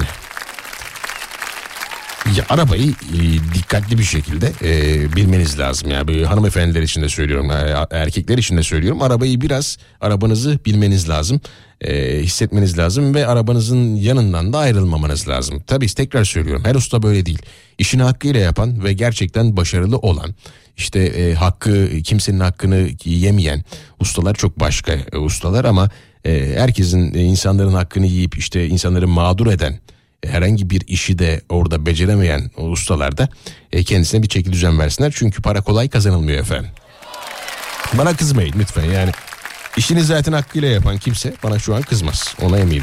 Speaker 1: Ya arabayı dikkatli bir şekilde bilmeniz lazım. Yani hanımefendiler için de söylüyorum, erkekler için de söylüyorum. Arabanızı bilmeniz lazım, hissetmeniz lazım ve arabanızın yanından da ayrılmamanız lazım. Tabii tekrar söylüyorum, her usta böyle değil. İşini hakkıyla yapan ve gerçekten başarılı olan, işte kimsenin hakkını yemeyen ustalar çok başka ustalar ama herkesin, insanların hakkını yiyip işte insanları mağdur eden herhangi bir işi de orada beceremeyen o ustalar da kendisine bir çeki düzen versinler. Çünkü para kolay kazanılmıyor efendim. Bana kızmayın lütfen, yani işini zaten hakkıyla yapan kimse bana şu an kızmaz, ona eminim.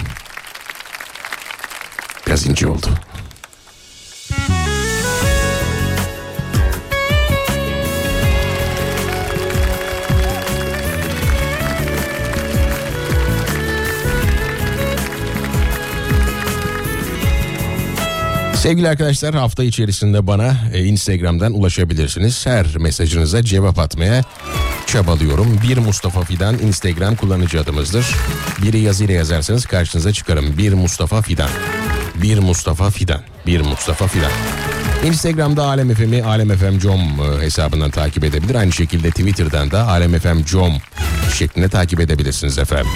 Speaker 1: Biraz ince oldu. Sevgili arkadaşlar, hafta içerisinde bana Instagram'dan ulaşabilirsiniz. Her mesajınıza cevap atmaya çabalıyorum. Bir Mustafa Fidan Instagram kullanıcı adımızdır. Biri yazıyla yazarsanız karşınıza çıkarım. Bir Mustafa Fidan. Bir Mustafa Fidan. Bir Mustafa Fidan. Instagram'da Alem FM'i alemfm.com hesabından takip edebilir. Aynı şekilde Twitter'dan da alemfm.com şeklinde takip edebilirsiniz efendim.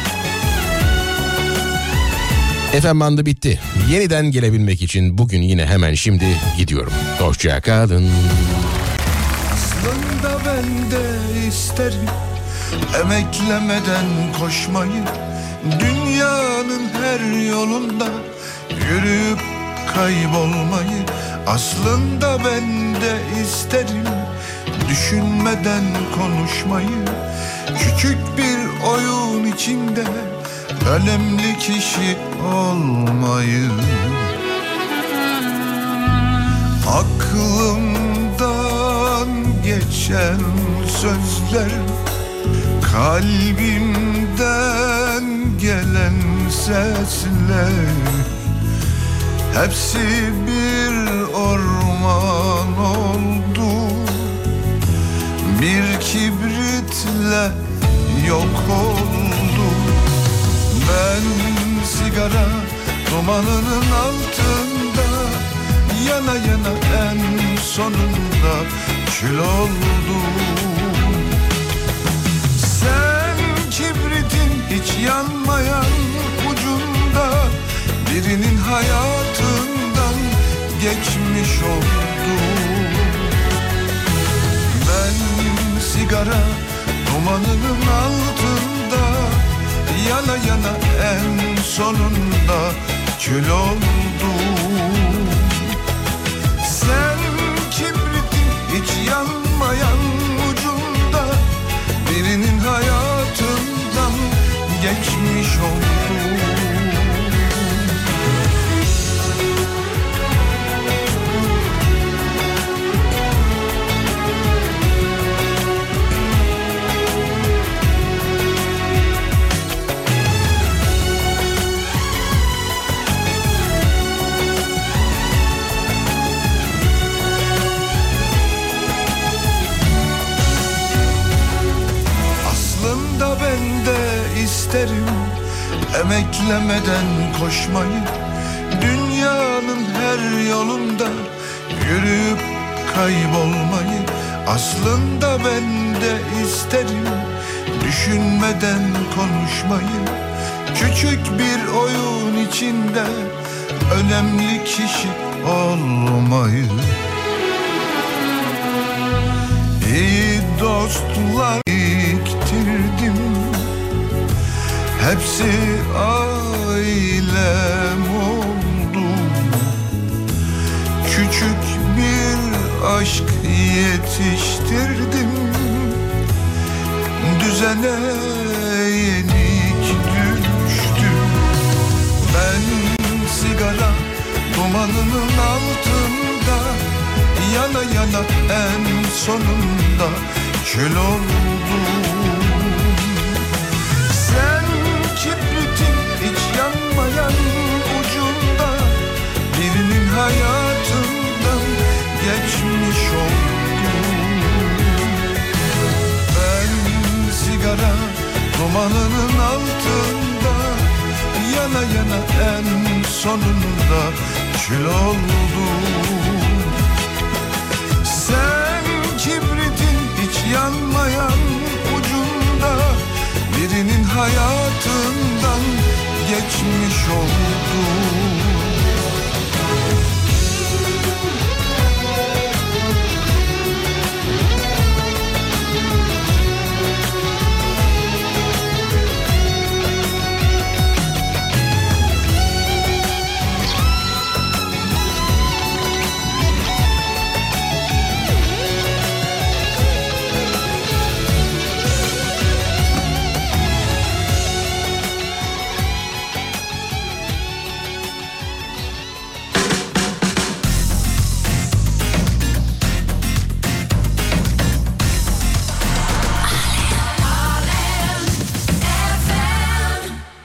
Speaker 1: FM bandı bitti. Yeniden gelebilmek için bugün yine hemen şimdi gidiyorum. Hoşça kalın.
Speaker 3: Aslında ben de isterim emeklemeden koşmayı, dünyanın her yolunda yürüyüp kaybolmayı. Aslında ben de isterim düşünmeden konuşmayı, küçük bir oyun içinde önemli kişi olmayı. Aklımdan geçen sözler, kalbimden gelen sesler, hepsi bir orman oldu, bir kibritle yok oldu. Ben sigara dumanının altında yana yana en sonunda kül oldum. Sen kibritin hiç yanmayan ucunda birinin hayatından geçmiş oldum. Ben sigara dumanının altında yana yana en sonunda kül oldum. Sen kibritin hiç yanmayan ucunda birinin hayatından geçmiş oldum. İsterim emeklemeden koşmayı, dünyanın her yolunda yürüyüp kaybolmayı. Aslında ben de isterim düşünmeden konuşmayı, küçük bir oyun içinde önemli kişi olmayı. İyi dostlar iktirdim, hepsi ailem oldu. Küçük bir aşk yetiştirdim, düzene yenik düştüm. Ben sigara dumanının altında yana yana en sonunda kül oldum. Sen kibritin hiç yanmayan ucunda birinin hayatından geçmiş oldum. Ben sigara dumanının altında yana yana en sonunda kül oldum. Sen kibritin hiç yanmayan ucunda birinin hayatından geçmiş oldum.